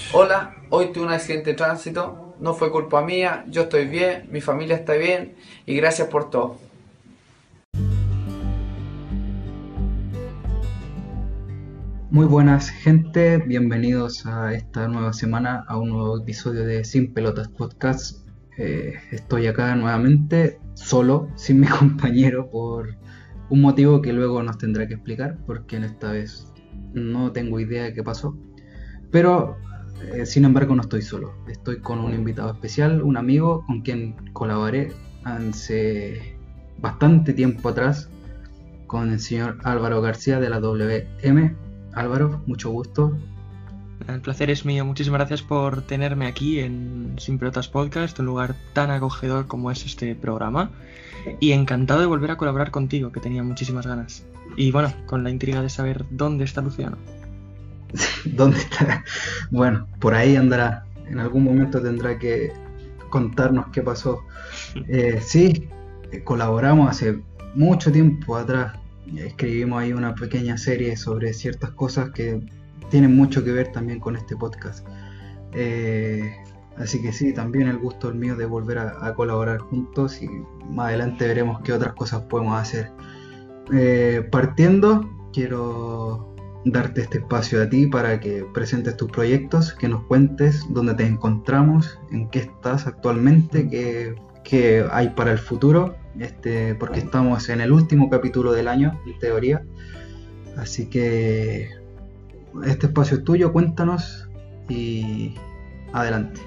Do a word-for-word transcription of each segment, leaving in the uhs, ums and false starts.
Hola, hoy tuve un accidente de tránsito, no fue culpa mía, yo estoy bien, mi familia está bien y gracias por todo. Muy buenas gente, bienvenidos a esta nueva semana, a un nuevo episodio de Sin Pelotas Podcast. Eh, estoy acá nuevamente, solo, sin mi compañero, por un motivo que luego nos tendrá que explicar, porque en esta vez no tengo idea de qué pasó. Pero, eh, sin embargo, no estoy solo, estoy con un invitado especial, un amigo con quien colaboré hace bastante tiempo atrás con el señor Álvaro García de la W M. Álvaro, mucho gusto. El placer es mío. Muchísimas gracias por tenerme aquí en Sin Pelotas Podcast, un lugar tan acogedor como es este programa. Y encantado de volver a colaborar contigo, que tenía muchísimas ganas. Y bueno, con la intriga de saber dónde está Luciano. ¿Dónde está? Bueno, por ahí andará. En algún momento tendrá que contarnos qué pasó. Eh, sí, eh, colaboramos hace mucho tiempo atrás. Escribimos ahí una pequeña serie sobre ciertas cosas que tienen mucho que ver también con este podcast. Eh, así que sí, también el gusto es mío de volver a, a colaborar juntos y más adelante veremos qué otras cosas podemos hacer. Eh, partiendo, quiero darte este espacio a ti para que presentes tus proyectos, que nos cuentes dónde te encontramos, en qué estás actualmente, qué, qué hay para el futuro, este, porque estamos en el último capítulo del año, en teoría. Así que este espacio es tuyo, cuéntanos y adelante.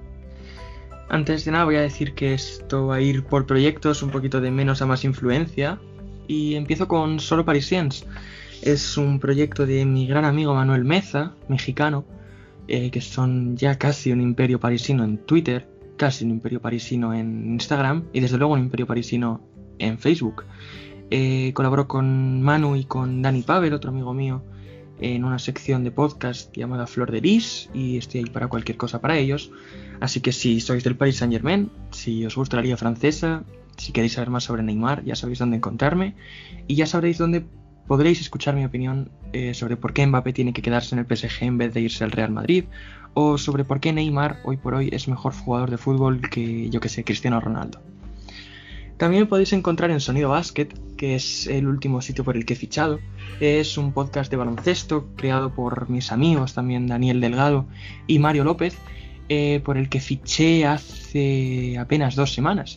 Antes de nada voy a decir que esto va a ir por proyectos, un poquito de menos a más influencia. Y empiezo con Solo Parisiens. Es un proyecto de mi gran amigo Manuel Meza, mexicano, eh, que son ya casi un imperio parisino en Twitter, casi un imperio parisino en Instagram y desde luego un imperio parisino en Facebook. Eh, colaboro con Manu y con Dani Pavel, otro amigo mío, en una sección de podcast llamada Flor de Lis, y estoy ahí para cualquier cosa para ellos. Así que si sois del Paris Saint Germain, si os gusta la liga francesa, si queréis saber más sobre Neymar, ya sabéis dónde encontrarme y ya sabréis dónde podréis escuchar mi opinión eh, sobre por qué Mbappé tiene que quedarse en el P S G en vez de irse al Real Madrid, o sobre por qué Neymar hoy por hoy es mejor jugador de fútbol que, yo que sé, Cristiano Ronaldo. También me podéis encontrar en Sonido Basket, que es el último sitio por el que he fichado. Es un podcast de baloncesto creado por mis amigos, también Daniel Delgado y Mario López, eh, por el que fiché hace apenas dos semanas.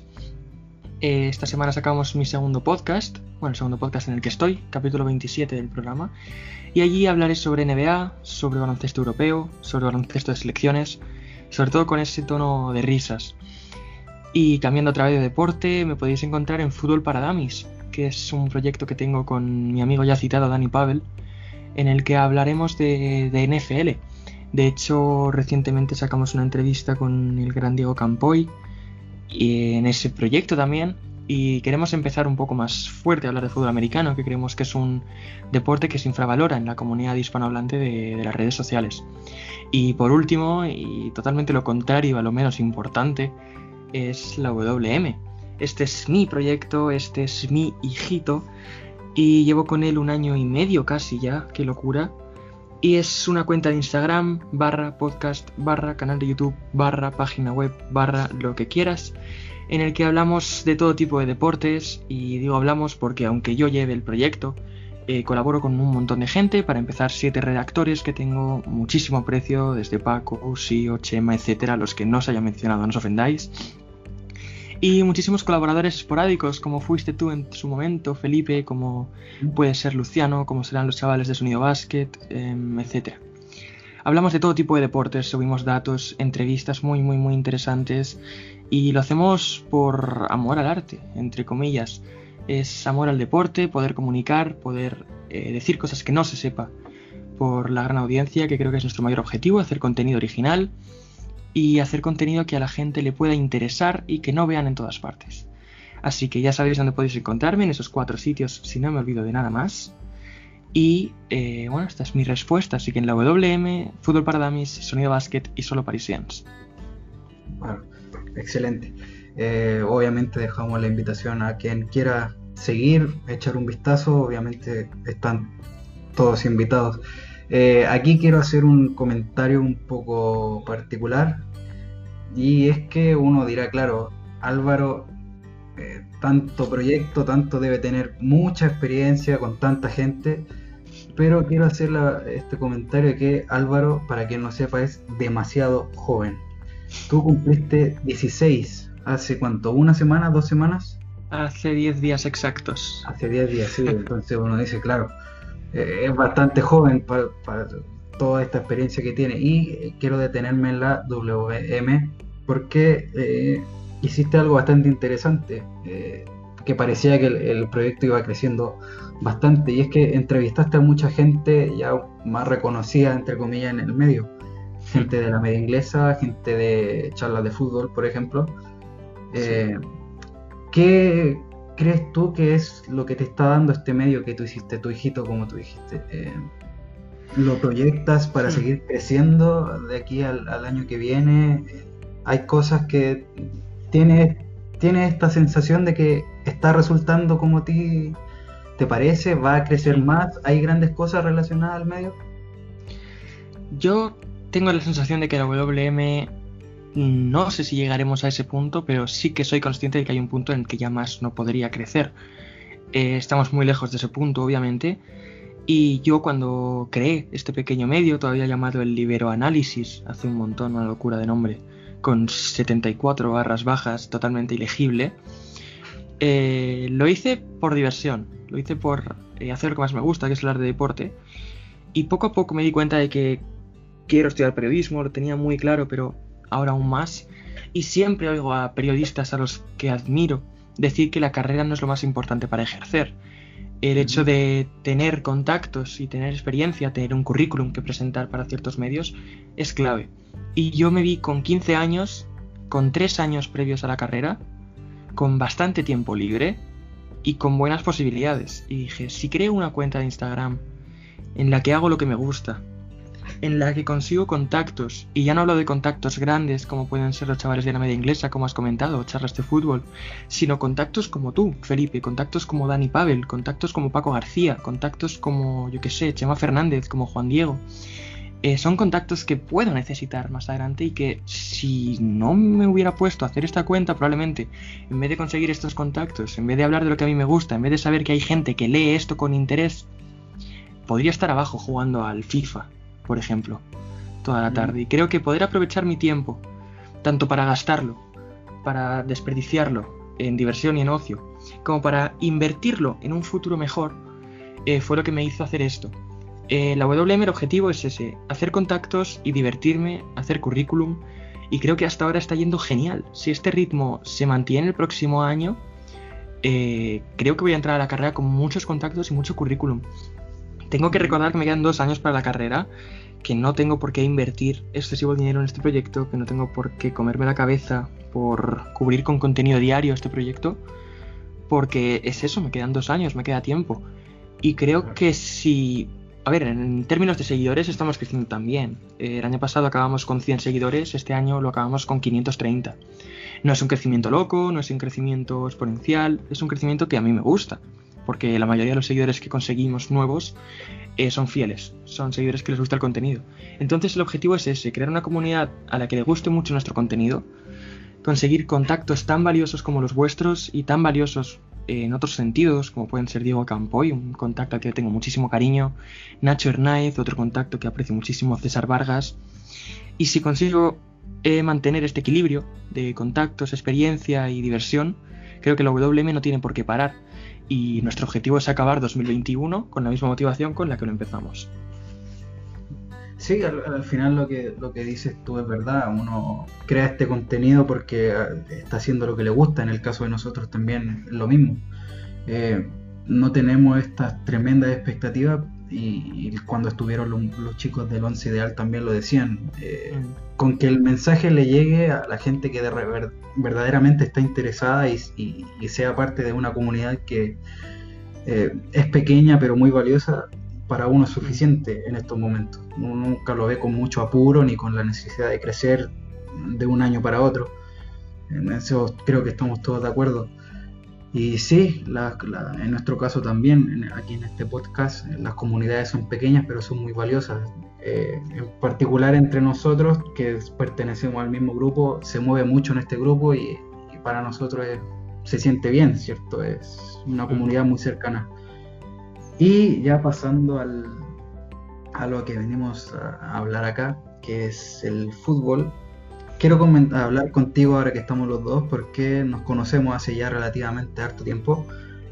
Eh, esta semana sacamos mi segundo podcast, bueno, el segundo podcast en el que estoy, capítulo veintisiete del programa, y allí hablaré sobre N B A, sobre baloncesto europeo, sobre baloncesto de selecciones, sobre todo con ese tono de risas. Y cambiando otra vez de deporte, me podéis encontrar en Fútbol para Damis, que es un proyecto que tengo con mi amigo ya citado Dani Pavel, en el que hablaremos de, de N F L. De hecho, recientemente sacamos una entrevista con el gran Diego Campoy y en ese proyecto también, y queremos empezar un poco más fuerte a hablar de fútbol americano, que creemos que es un deporte que se infravalora en la comunidad hispanohablante de, de las redes sociales. Y por último, y totalmente lo contrario a lo menos importante, es la W M. Este es mi proyecto, este es mi hijito, y llevo con él un año y medio casi ya, qué locura. Y es una cuenta de Instagram, barra podcast, barra canal de YouTube, barra página web, barra lo que quieras, en el que hablamos de todo tipo de deportes. Y digo hablamos porque aunque yo lleve el proyecto, eh, colaboro con un montón de gente. Para empezar, siete redactores que tengo muchísimo aprecio, desde Paco, Sio, Chema, etcétera, los que no os haya mencionado, no os ofendáis. Y muchísimos colaboradores esporádicos, como fuiste tú en su momento, Felipe, como puede ser Luciano, como serán los chavales de Sonido Basket, eh, etcétera. Hablamos de todo tipo de deportes, subimos datos, entrevistas muy, muy, muy interesantes, y lo hacemos por amor al arte, entre comillas. Es amor al deporte, poder comunicar, poder eh, decir cosas que no se sepa por la gran audiencia, que creo que es nuestro mayor objetivo, hacer contenido original y hacer contenido que a la gente le pueda interesar y que no vean en todas partes. Así que ya sabéis dónde podéis encontrarme, en esos cuatro sitios, si no me olvido de nada más. Y eh, bueno, esta es mi respuesta, así que en la W M, Fútbol para Damis, Sonido Basket y Solo Parisiens. Bueno, excelente. Eh, obviamente dejamos la invitación a quien quiera seguir, echar un vistazo, obviamente están todos invitados. Eh, aquí quiero hacer un comentario un poco particular, y es que uno dirá, claro, Álvaro, eh, tanto proyecto, tanto debe tener mucha experiencia con tanta gente, pero quiero hacer la- este comentario de que Álvaro, para quien no sepa, es demasiado joven. Tú cumpliste dieciséis, ¿hace cuánto? ¿Una semana? ¿Dos semanas? Hace diez días exactos. Hace diez días, sí. Entonces uno dice, claro, eh, es bastante joven para, para toda esta experiencia que tiene. Y eh, quiero detenerme en la W M porque eh, hiciste algo bastante interesante, eh, que parecía que el, el proyecto iba creciendo bastante, y es que entrevistaste a mucha gente ya más reconocida, entre comillas, en el medio. Gente de la media inglesa, gente de charlas de fútbol, por ejemplo. Eh, ¿Qué crees tú que es lo que te está dando este medio que tú hiciste, tu hijito, como tú dijiste? Eh, ¿lo proyectas para Sí. seguir creciendo de aquí al, al año que viene? Eh, hay cosas que tienes, tienes esta sensación de que está resultando como a ti te parece, va a crecer Sí. más, hay grandes cosas relacionadas al medio. Yo tengo la sensación de que la W M, no sé si llegaremos a ese punto, pero sí que soy consciente de que hay un punto en el que ya más no podría crecer. Eh, estamos muy lejos de ese punto, obviamente, y yo cuando creé este pequeño medio, todavía llamado el Libero Análisis, hace un montón, una locura de nombre, con setenta y cuatro barras bajas, totalmente ilegible, eh, lo hice por diversión, lo hice por eh, hacer lo que más me gusta, que es hablar de deporte, y poco a poco me di cuenta de que quiero estudiar periodismo, lo tenía muy claro, pero ahora aún más. Y siempre oigo a periodistas a los que admiro decir que la carrera no es lo más importante para ejercer. El hecho de tener contactos y tener experiencia, tener un currículum que presentar para ciertos medios, es clave. Y yo me vi con quince años, con tres años previos a la carrera, con bastante tiempo libre y con buenas posibilidades. Y dije, si creo una cuenta de Instagram en la que hago lo que me gusta, en la que consigo contactos, y ya no hablo de contactos grandes como pueden ser los chavales de la media inglesa, como has comentado, o charlas de fútbol, sino contactos como tú, Felipe, contactos como Dani Pavel, contactos como Paco García, contactos como, yo que sé, Chema Fernández, como Juan Diego. Eh, son contactos que puedo necesitar más adelante y que si no me hubiera puesto a hacer esta cuenta, probablemente, en vez de conseguir estos contactos, en vez de hablar de lo que a mí me gusta, en vez de saber que hay gente que lee esto con interés, podría estar abajo jugando al FIFA, por ejemplo, toda la tarde. Y creo que poder aprovechar mi tiempo, tanto para gastarlo, para desperdiciarlo en diversión y en ocio, como para invertirlo en un futuro mejor, eh, fue lo que me hizo hacer esto. Eh, la W M, el objetivo es ese, hacer contactos y divertirme, hacer currículum, y creo que hasta ahora está yendo genial. Si este ritmo se mantiene el próximo año, eh, creo que voy a entrar a la carrera con muchos contactos y mucho currículum. Tengo que recordar que me quedan dos años para la carrera, que no tengo por qué invertir excesivo dinero en este proyecto, que no tengo por qué comerme la cabeza por cubrir con contenido diario este proyecto, porque es eso, me quedan dos años, me queda tiempo. Y creo que si... A ver, en términos de seguidores estamos creciendo también. Eh, el año pasado acabamos con cien seguidores, este año lo acabamos con quinientos treinta. No es un crecimiento loco, no es un crecimiento exponencial, es un crecimiento que a mí me gusta, porque la mayoría de los seguidores que conseguimos nuevos eh, son fieles, son seguidores que les gusta el contenido. Entonces el objetivo es ese, crear una comunidad a la que le guste mucho nuestro contenido, conseguir contactos tan valiosos como los vuestros y tan valiosos eh, en otros sentidos, como pueden ser Diego Campoy, un contacto al que le tengo muchísimo cariño, Nacho Hernáez, otro contacto que aprecio muchísimo, César Vargas. Y si consigo eh, mantener este equilibrio de contactos, experiencia y diversión, creo que la W M no tiene por qué parar. Y nuestro objetivo es acabar dos mil veintiuno con la misma motivación con la que lo empezamos. Sí, al, al final lo que, lo que dices tú es verdad. Uno crea este contenido porque está haciendo lo que le gusta. En el caso de nosotros también es lo mismo. Eh, no tenemos estas tremendas expectativas, y, y cuando estuvieron los, los chicos del Once Ideal también lo decían. Eh, mm. Con que el mensaje le llegue a la gente que de ver, verdaderamente está interesada y, y, y sea parte de una comunidad que eh, es pequeña pero muy valiosa, para uno es suficiente en estos momentos. Uno nunca lo ve con mucho apuro ni con la necesidad de crecer de un año para otro. En eso creo que estamos todos de acuerdo. Y sí, la, la, en nuestro caso también, en, aquí en este podcast, las comunidades son pequeñas pero son muy valiosas. Eh, en particular entre nosotros, que pertenecemos al mismo grupo, se mueve mucho en este grupo y, y para nosotros es, se siente bien, ¿cierto? Es una comunidad muy cercana. Y ya pasando al, a lo que venimos a, a hablar acá, que es el fútbol. Quiero comentar, hablar contigo ahora que estamos los dos, porque nos conocemos hace ya relativamente harto tiempo.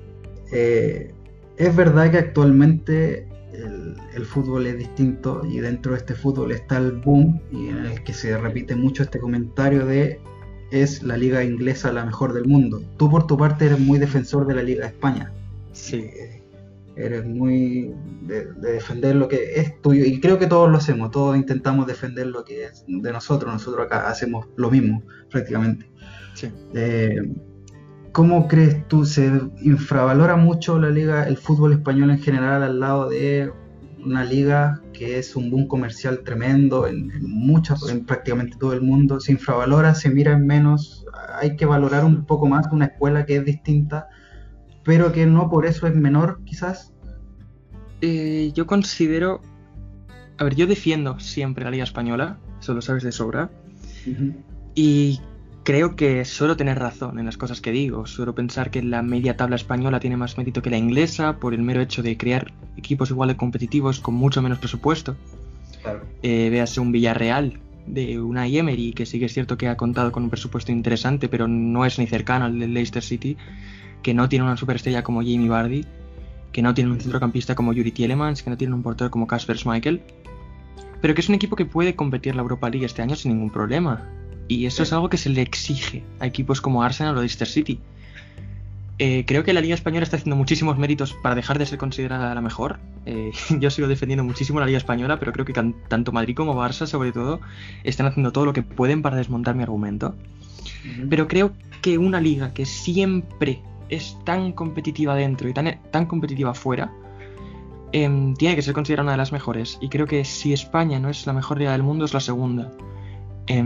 Eh, es verdad que actualmente el, el fútbol es distinto y dentro de este fútbol está el boom, y en el que se repite mucho este comentario de es la liga inglesa la mejor del mundo. Tú por tu parte eres muy defensor de la Liga de España. Sí. Eh, eres muy de, de defender lo que es tuyo, y creo que todos lo hacemos, todos intentamos defender lo que es de nosotros, nosotros acá hacemos lo mismo prácticamente. Sí. Eh, ¿Cómo crees tú, se infravalora mucho la liga, el fútbol español en general al lado de una liga que es un boom comercial tremendo en, en muchas, en prácticamente todo el mundo? Se infravalora, se mira en menos, hay que valorar un poco más una escuela que es distinta, pero que no por eso es menor, quizás. Eh, yo considero... A ver, yo defiendo siempre la Liga Española, eso lo sabes de sobra. Uh-huh. Y creo que suelo tener razón en las cosas que digo. Suelo pensar que la media tabla española tiene más mérito que la inglesa por el mero hecho de crear equipos igual de competitivos con mucho menos presupuesto. Claro. Eh, véase un Villarreal de Unai Emery, que sí que es cierto que ha contado con un presupuesto interesante, pero no es ni cercano al del Leicester City, que no tiene una superestrella como Jamie Vardy, que no tiene un centrocampista como Yuri Tielemans, que no tiene un portero como Kasper Schmeichel, pero que es un equipo que puede competir en la Europa League este año sin ningún problema. Y eso es algo que se le exige a equipos como Arsenal o Leicester City. Eh, creo que la Liga Española está haciendo muchísimos méritos para dejar de ser considerada la mejor. Eh, yo sigo defendiendo muchísimo la Liga Española, pero creo que can- tanto Madrid como Barça, sobre todo, están haciendo todo lo que pueden para desmontar mi argumento. Uh-huh. Pero creo que una liga que siempre es tan competitiva dentro y tan, tan competitiva fuera, eh, tiene que ser considerada una de las mejores. Y creo que si España no es la mejor liga del mundo, es la segunda. Eh,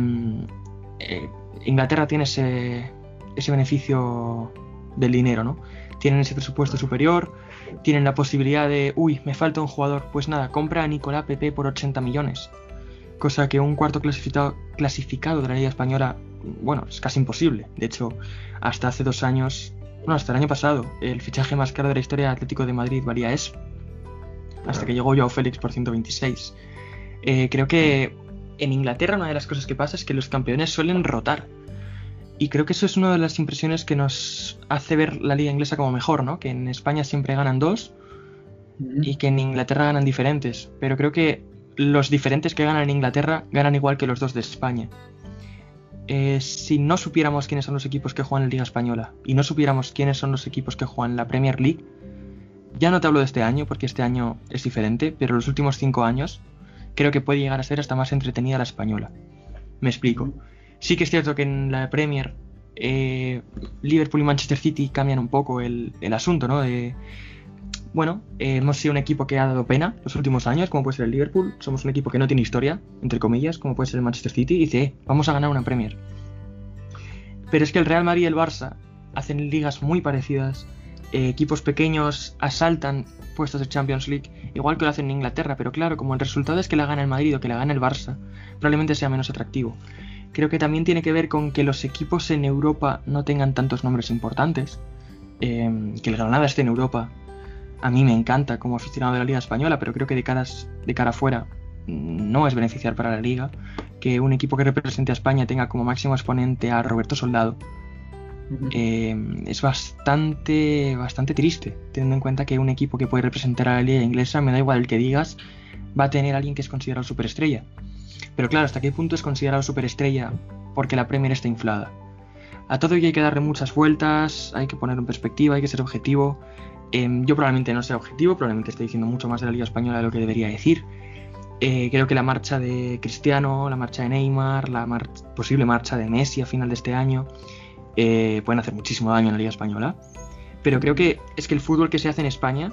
eh, Inglaterra tiene ese, ese beneficio del dinero, ¿no? Tienen ese presupuesto superior, tienen la posibilidad de, uy, me falta un jugador, pues nada, compra a Nicolás Pepe por ochenta millones. Cosa que un cuarto clasificado, clasificado de la Liga Española, bueno, es casi imposible. De hecho, hasta hace dos años... Bueno, hasta el año pasado, el fichaje más caro de la historia del Atlético de Madrid valía eso. Hasta que llegó Joao Félix por ciento veintiséis. Eh, creo que en Inglaterra una de las cosas que pasa es que los campeones suelen rotar. Y creo que eso es una de las impresiones que nos hace ver la liga inglesa como mejor, ¿no? Que en España siempre ganan dos y que en Inglaterra ganan diferentes. Pero creo que los diferentes que ganan en Inglaterra ganan igual que los dos de España. Eh, si no supiéramos quiénes son los equipos que juegan en Liga Española y no supiéramos quiénes son los equipos que juegan en la Premier League, ya no te hablo de este año porque este año es diferente, pero los últimos cinco años creo que puede llegar a ser hasta más entretenida la española. Me explico. Sí que es cierto que en la Premier eh, Liverpool y Manchester City cambian un poco el, el asunto, ¿no? De, bueno, eh, hemos sido un equipo que ha dado pena los últimos años, como puede ser el Liverpool. Somos un equipo que no tiene historia, entre comillas, como puede ser el Manchester City, y dice, eh, vamos a ganar una Premier. Pero es que el Real Madrid y el Barça hacen ligas muy parecidas. Eh, equipos pequeños asaltan puestos de Champions League, igual que lo hacen en Inglaterra, pero claro, como el resultado es que la gana el Madrid o que la gana el Barça, probablemente sea menos atractivo. Creo que también tiene que ver con que los equipos en Europa no tengan tantos nombres importantes, eh, que el Granada esté en Europa. A mí me encanta como aficionado de la Liga Española, pero creo que de cara, de cara afuera no es beneficiar para la Liga que un equipo que represente a España tenga como máximo exponente a Roberto Soldado. Uh-huh. Eh, es bastante bastante triste, teniendo en cuenta que un equipo que puede representar a la Liga inglesa, me da igual el que digas, va a tener a alguien que es considerado superestrella. Pero claro, ¿hasta qué punto es considerado superestrella porque la Premier está inflada? A todo ello hay que darle muchas vueltas, hay que ponerlo en perspectiva, hay que ser objetivo. Eh, yo probablemente no sea objetivo, probablemente esté diciendo mucho más de la Liga Española de lo que debería decir. Eh, creo que la marcha de Cristiano, la marcha de Neymar, la mar- posible marcha de Messi a final de este año, eh, pueden hacer muchísimo daño en la Liga Española. Pero creo que es que el fútbol que se hace en España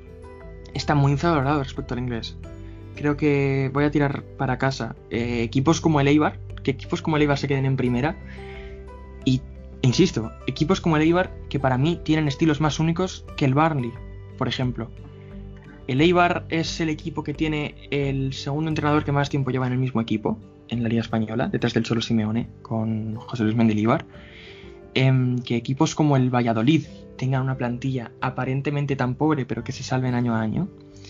está muy infravalorado respecto al inglés. Creo que voy a tirar para casa eh, equipos como el Eibar, que equipos como el Eibar se queden en primera y insisto, equipos como el Eibar, que para mí tienen estilos más únicos que el Burnley, por ejemplo. El Eibar es el equipo que tiene el segundo entrenador que más tiempo lleva en el mismo equipo, en la Liga Española, detrás del Cholo Simeone, con José Luis Mendilibar. Eh, que equipos como el Valladolid tengan una plantilla aparentemente tan pobre, pero que se salven año a año.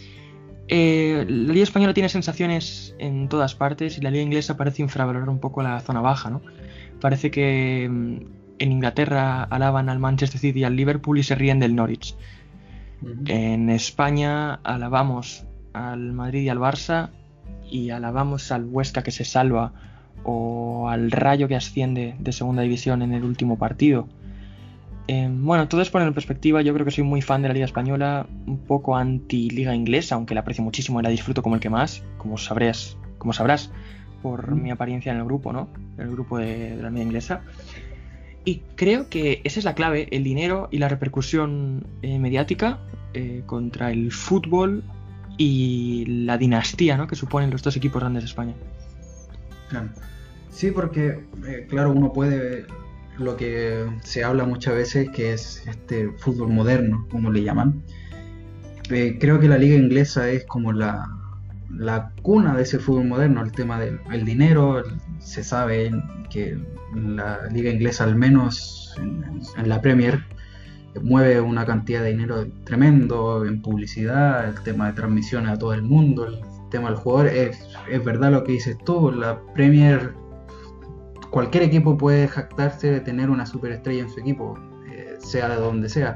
Eh, la Liga Española tiene sensaciones en todas partes y la Liga Inglesa parece infravalorar un poco la zona baja, ¿no? Parece que mm, en Inglaterra alaban al Manchester City y al Liverpool y se ríen del Norwich. Uh-huh. En España alabamos al Madrid y al Barça y alabamos al Huesca que se salva o al Rayo que asciende de segunda división en el último partido. Eh, bueno, todo es poner en perspectiva. Yo creo que soy muy fan de la Liga Española, un poco anti-Liga Inglesa, aunque la aprecio muchísimo y la disfruto como el que más, como sabrás, como sabrás por mi apariencia en el grupo, ¿no? En el grupo de, de la Liga Inglesa. Y creo que esa es la clave, el dinero y la repercusión eh, mediática eh, contra el fútbol y la dinastía, ¿no?, que suponen los dos equipos grandes de España. Claro. Sí, porque, eh, claro, uno puede, lo que se habla muchas veces, que es este fútbol moderno, como le llaman. Eh, creo que la liga inglesa es como la, la cuna de ese fútbol moderno, el tema del el dinero. El, se sabe que la liga inglesa, al menos en, en la Premier, mueve una cantidad de dinero tremendo en publicidad, el tema de transmisiones a todo el mundo, el tema del jugador. Es, es verdad lo que dices tú, la Premier, cualquier equipo puede jactarse de tener una superestrella en su equipo, eh, sea de donde sea.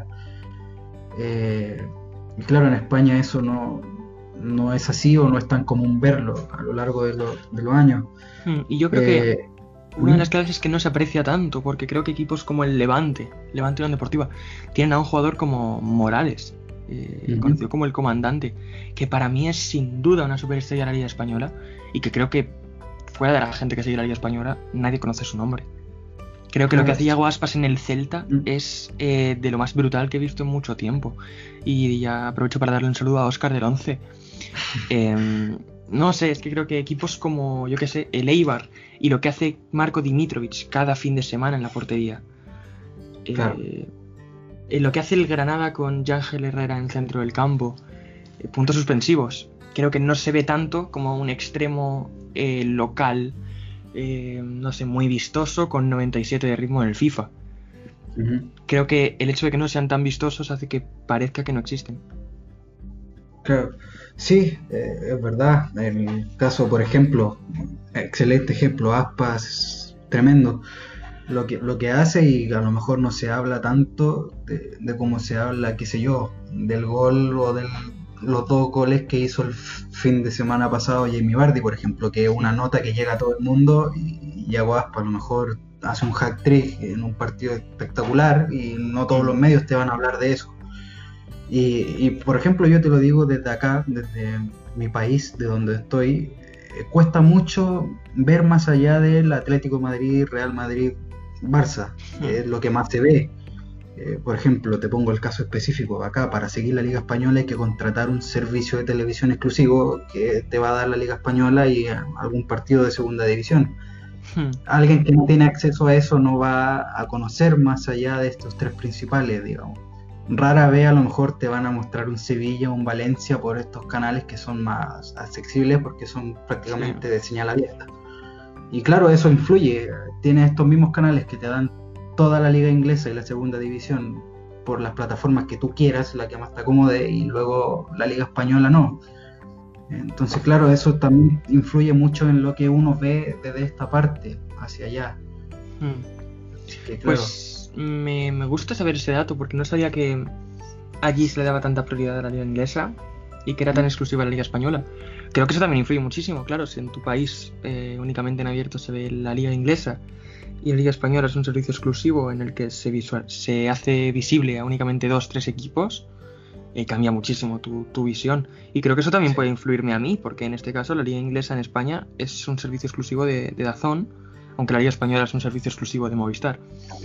Eh, y claro, en España eso no, no es así, o no es tan común verlo a lo largo de, lo, de los años. Y yo creo eh, que una de las claves es que no se aprecia tanto, porque creo que equipos como el Levante, Levante Unión Deportiva, tienen a un jugador como Morales, eh, uh-huh. conocido como el Comandante, que para mí es sin duda una superestrella de la Liga Española, y que creo que fuera de la gente que sigue la Liga Española nadie conoce su nombre. Creo que lo que hace Iago Aspas en el Celta uh-huh. es eh, de lo más brutal que he visto en mucho tiempo. Y ya aprovecho para darle un saludo a Óscar del Once. eh, No sé, es que creo que equipos como, yo que sé, el Eibar y lo que hace Marko Dimitrovic cada fin de semana en la portería. Claro. Eh, lo que hace el Granada con Yángel Herrera en el centro del campo. Eh, puntos suspensivos. Creo que no se ve tanto como un extremo eh, local, eh, no sé, muy vistoso, con noventa y siete de ritmo en el FIFA. Uh-huh. Creo que el hecho de que no sean tan vistosos hace que parezca que no existen. Claro. Sí, eh, es verdad. En el caso, por ejemplo, excelente ejemplo, Aspas, tremendo. Lo que, lo que hace, y a lo mejor no se habla tanto de, de cómo se habla, qué sé yo, del gol o de los dos goles que hizo el fin de semana pasado Jamie Vardy, por ejemplo, que es una nota que llega a todo el mundo, y Iago Aspas a lo mejor hace un hat-trick en un partido espectacular y no todos los medios te van a hablar de eso. Y, y por ejemplo, yo te lo digo desde acá, desde mi país, de donde estoy, eh, cuesta mucho ver más allá del Atlético de Madrid, Real Madrid, Barça, que es lo que más se ve. Eh, por ejemplo, te pongo el caso específico. Acá, para seguir la Liga Española hay que contratar un servicio de televisión exclusivo que te va a dar la Liga Española y eh, algún partido de segunda división. Hmm. Alguien que no tiene acceso a eso no va a conocer más allá de estos tres principales, digamos. Rara vez a lo mejor te van a mostrar un Sevilla o un Valencia por estos canales que son más accesibles, porque son prácticamente sí. de señal abierta. Y claro, eso influye. Tienes estos mismos canales que te dan toda la liga inglesa y la segunda división por las plataformas que tú quieras, la que más te acomode, y luego la liga española no. Entonces claro, eso también influye mucho en lo que uno ve desde esta parte hacia allá. Hmm. Que, claro, pues Me, me gusta saber ese dato, porque no sabía que allí se le daba tanta prioridad a la liga inglesa y que era tan exclusiva la liga española. Creo que eso también influye muchísimo. Claro, si en tu país eh, únicamente en abierto se ve la liga inglesa y la liga española es un servicio exclusivo en el que se, visual, se hace visible a únicamente dos, tres equipos, eh, cambia muchísimo tu, tu visión. Y creo que eso también sí. puede influirme a mí, porque en este caso la liga inglesa en España es un servicio exclusivo de, de DAZN, aunque la liga española es un servicio exclusivo de Movistar.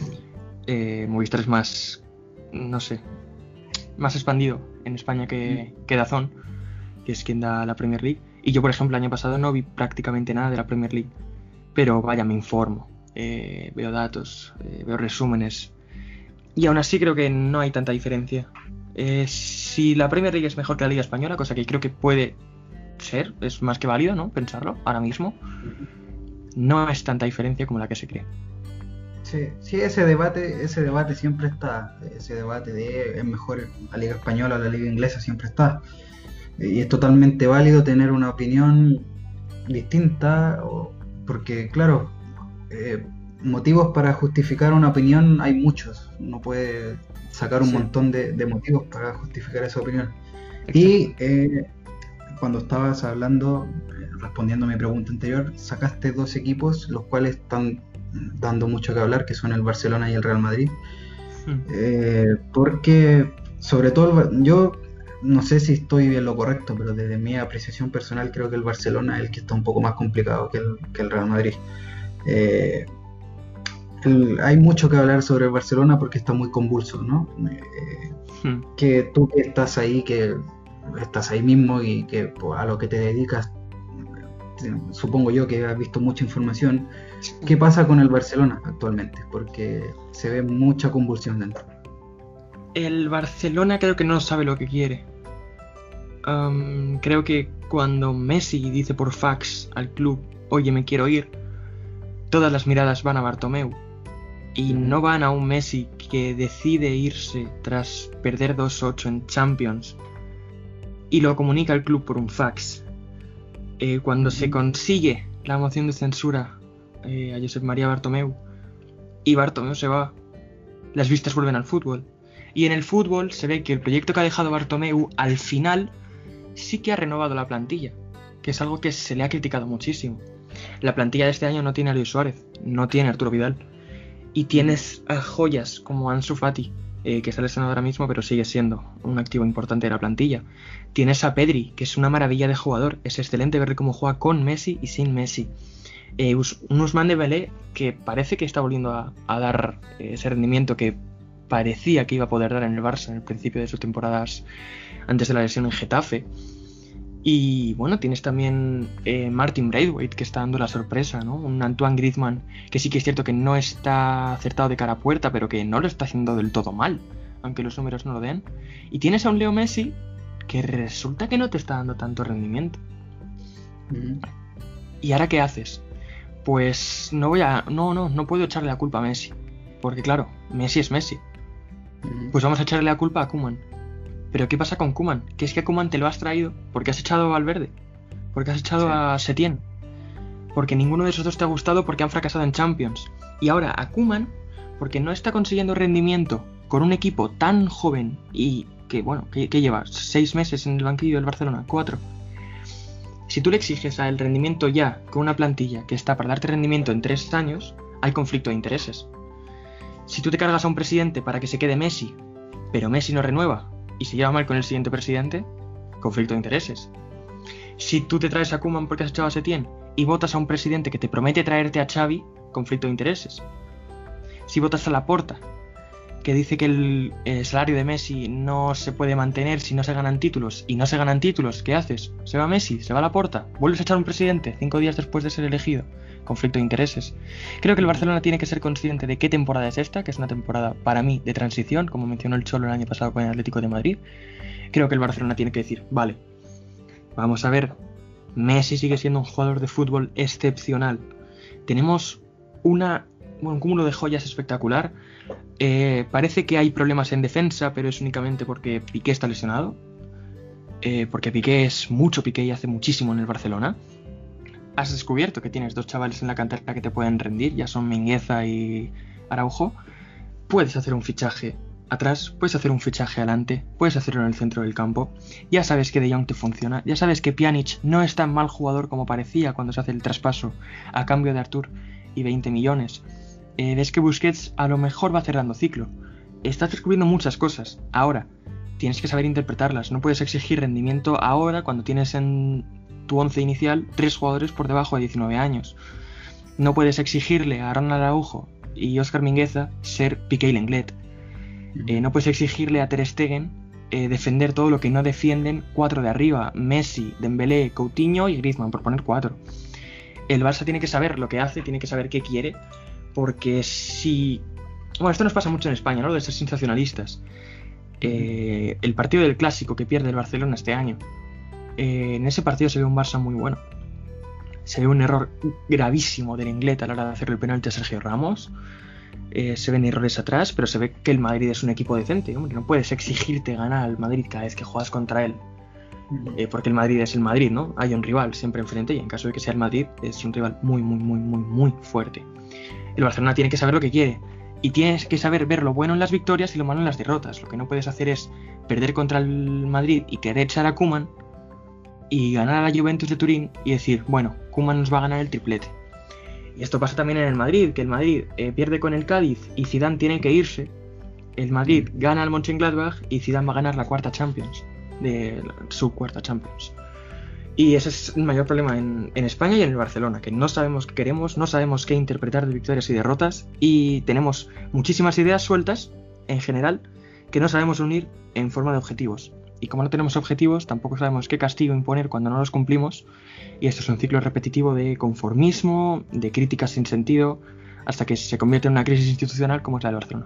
Eh, Movistar es más, no sé, más expandido en España que, que DAZN, que es quien da la Premier League. Y yo, por ejemplo, el año pasado no vi prácticamente nada de la Premier League, pero vaya, me informo. eh, veo datos, eh, veo resúmenes, y aún así creo que no hay tanta diferencia. Eh, si la Premier League es mejor que la Liga Española, cosa que creo que puede ser, es más que válido, ¿no? Pensarlo ahora mismo, no es tanta diferencia como la que se cree. Sí, sí, ese debate, ese debate siempre está, ese debate de es mejor la Liga Española o la Liga Inglesa siempre está. Y es totalmente válido tener una opinión distinta, o, porque claro, eh, motivos para justificar una opinión hay muchos, uno puede sacar un Sí. montón de, de motivos para justificar esa opinión. Exacto. Y eh, cuando estabas hablando, eh, respondiendo a mi pregunta anterior, sacaste dos equipos los cuales están dando mucho que hablar, que son el Barcelona y el Real Madrid. Hmm. Eh, porque sobre todo el, yo no sé si estoy en lo correcto, pero desde mi apreciación personal creo que el Barcelona es el que está un poco más complicado que el, que el Real Madrid. Eh, el, hay mucho que hablar sobre el Barcelona porque está muy convulso, ¿no? Eh, Hmm. que tú que estás ahí, que estás ahí mismo y que pues, a lo que te dedicas, eh, supongo yo que has visto mucha información. ¿Qué pasa con el Barcelona actualmente? Porque se ve mucha convulsión dentro. El Barcelona creo que no sabe lo que quiere. Um, creo que cuando Messi dice por fax al club, oye, me quiero ir, todas las miradas van a Bartomeu. Y no van a un Messi que decide irse tras perder dos ocho en Champions y lo comunica al club por un fax. Eh, cuando se consigue la moción de censura eh, a Josep María Bartomeu y Bartomeu se va, las vistas vuelven al fútbol. Y en el fútbol se ve que el proyecto que ha dejado Bartomeu al final sí que ha renovado la plantilla, que es algo que se le ha criticado muchísimo. La plantilla de este año no tiene a Luis Suárez, no tiene a Arturo Vidal, y tienes a joyas como Ansu Fati, eh, que está lesionado ahora mismo pero sigue siendo un activo importante de la plantilla. Tienes a Pedri, que es una maravilla de jugador, es excelente ver cómo juega con Messi y sin Messi. Eh, un Ousmane Dembélé que parece que está volviendo a, a dar eh, ese rendimiento que parecía que iba a poder dar en el Barça en el principio de sus temporadas antes de la lesión en Getafe. Y bueno, tienes también eh, Martin Braithwaite, que está dando la sorpresa, ¿no? Un Antoine Griezmann, que sí que es cierto que no está acertado de cara a puerta, pero que no lo está haciendo del todo mal, aunque los números no lo den. Y tienes a un Leo Messi que resulta que no te está dando tanto rendimiento. Uh-huh. ¿Y ahora qué haces? Pues no voy a... No, no, no puedo echarle la culpa a Messi, porque claro, Messi es Messi. Uh-huh. Pues vamos a echarle la culpa a Koeman. Pero ¿qué pasa con Koeman? Que es que a Koeman te lo has traído porque has echado a Valverde, porque has echado sí. a Setién, porque ninguno de esos dos te ha gustado porque han fracasado en Champions. Y ahora a Koeman, porque no está consiguiendo rendimiento con un equipo tan joven y que, bueno, que, que lleva seis meses en el banquillo del Barcelona, cuatro. Si tú le exiges a el rendimiento ya con una plantilla que está para darte rendimiento en tres años, hay conflicto de intereses. Si tú te cargas a un presidente para que se quede Messi, pero Messi no renueva, y se lleva mal con el siguiente presidente, conflicto de intereses. Si tú te traes a Koeman porque has echado a Setién y votas a un presidente que te promete traerte a Xavi, conflicto de intereses. Si votas a Laporta, que dice que el, el salario de Messi no se puede mantener si no se ganan títulos, y no se ganan títulos, ¿qué haces? Se va Messi, se va Laporta, vuelves a echar a un presidente cinco días después de ser elegido, conflicto de intereses. Creo que el Barcelona tiene que ser consciente de qué temporada es esta, que es una temporada para mí de transición, como mencionó el Cholo el año pasado con el Atlético de Madrid. Creo que el Barcelona tiene que decir, vale, vamos a ver, Messi sigue siendo un jugador de fútbol excepcional, tenemos una, un cúmulo de joyas espectacular, eh, parece que hay problemas en defensa, pero es únicamente porque Piqué está lesionado, eh, porque Piqué es mucho Piqué y hace muchísimo en el Barcelona. Has descubierto que tienes dos chavales en la cantera que te pueden rendir, ya son Mingueza y Araujo. Puedes hacer un fichaje atrás, puedes hacer un fichaje adelante, puedes hacerlo en el centro del campo. Ya sabes que De Jong te funciona, ya sabes que Pjanic no es tan mal jugador como parecía cuando se hace el traspaso a cambio de Artur y veinte millones. Eh, ves que Busquets a lo mejor va cerrando ciclo. Estás descubriendo muchas cosas. Ahora, tienes que saber interpretarlas. No puedes exigir rendimiento ahora cuando tienes en tu once inicial tres jugadores por debajo de diecinueve años. No puedes exigirle a Ronald Araujo y Óscar Mingueza ser Piqué y Lenglet. Eh, no puedes exigirle a Ter Stegen eh, defender todo lo que no defienden cuatro de arriba: Messi, Dembélé, Coutinho y Griezmann, por poner cuatro. El Barça tiene que saber lo que hace, tiene que saber qué quiere, porque si... Bueno, esto nos pasa mucho en España, ¿no? De ser sensacionalistas. Eh, el partido del Clásico que pierde el Barcelona este año, eh, en ese partido se ve un Barça muy bueno. Se ve un error gravísimo del Inglés a la hora de hacerle el penalti a Sergio Ramos. Eh, se ven errores atrás, pero se ve que el Madrid es un equipo decente. Hombre, no puedes exigirte ganar al Madrid cada vez que juegas contra él, eh, porque el Madrid es el Madrid, ¿no? Hay un rival siempre enfrente y en caso de que sea el Madrid es un rival muy, muy, muy, muy, muy fuerte. El Barcelona tiene que saber lo que quiere y tienes que saber ver lo bueno en las victorias y lo malo en las derrotas. Lo que no puedes hacer es perder contra el Madrid y querer echar a Koeman y ganar a la Juventus de Turín y decir, bueno, Koeman nos va a ganar el triplete. Y esto pasa también en el Madrid, que el Madrid eh, pierde con el Cádiz y Zidane tiene que irse. El Madrid gana al Mönchengladbach y Zidane va a ganar la cuarta Champions, de su cuarta Champions. Y ese es el mayor problema en, en España y en el Barcelona, que no sabemos qué queremos, no sabemos qué interpretar de victorias y derrotas y tenemos muchísimas ideas sueltas, en general, que no sabemos unir en forma de objetivos. Y como no tenemos objetivos, tampoco sabemos qué castigo imponer cuando no los cumplimos. Y esto es un ciclo repetitivo de conformismo, de críticas sin sentido, hasta que se convierte en una crisis institucional como es la de Barcelona.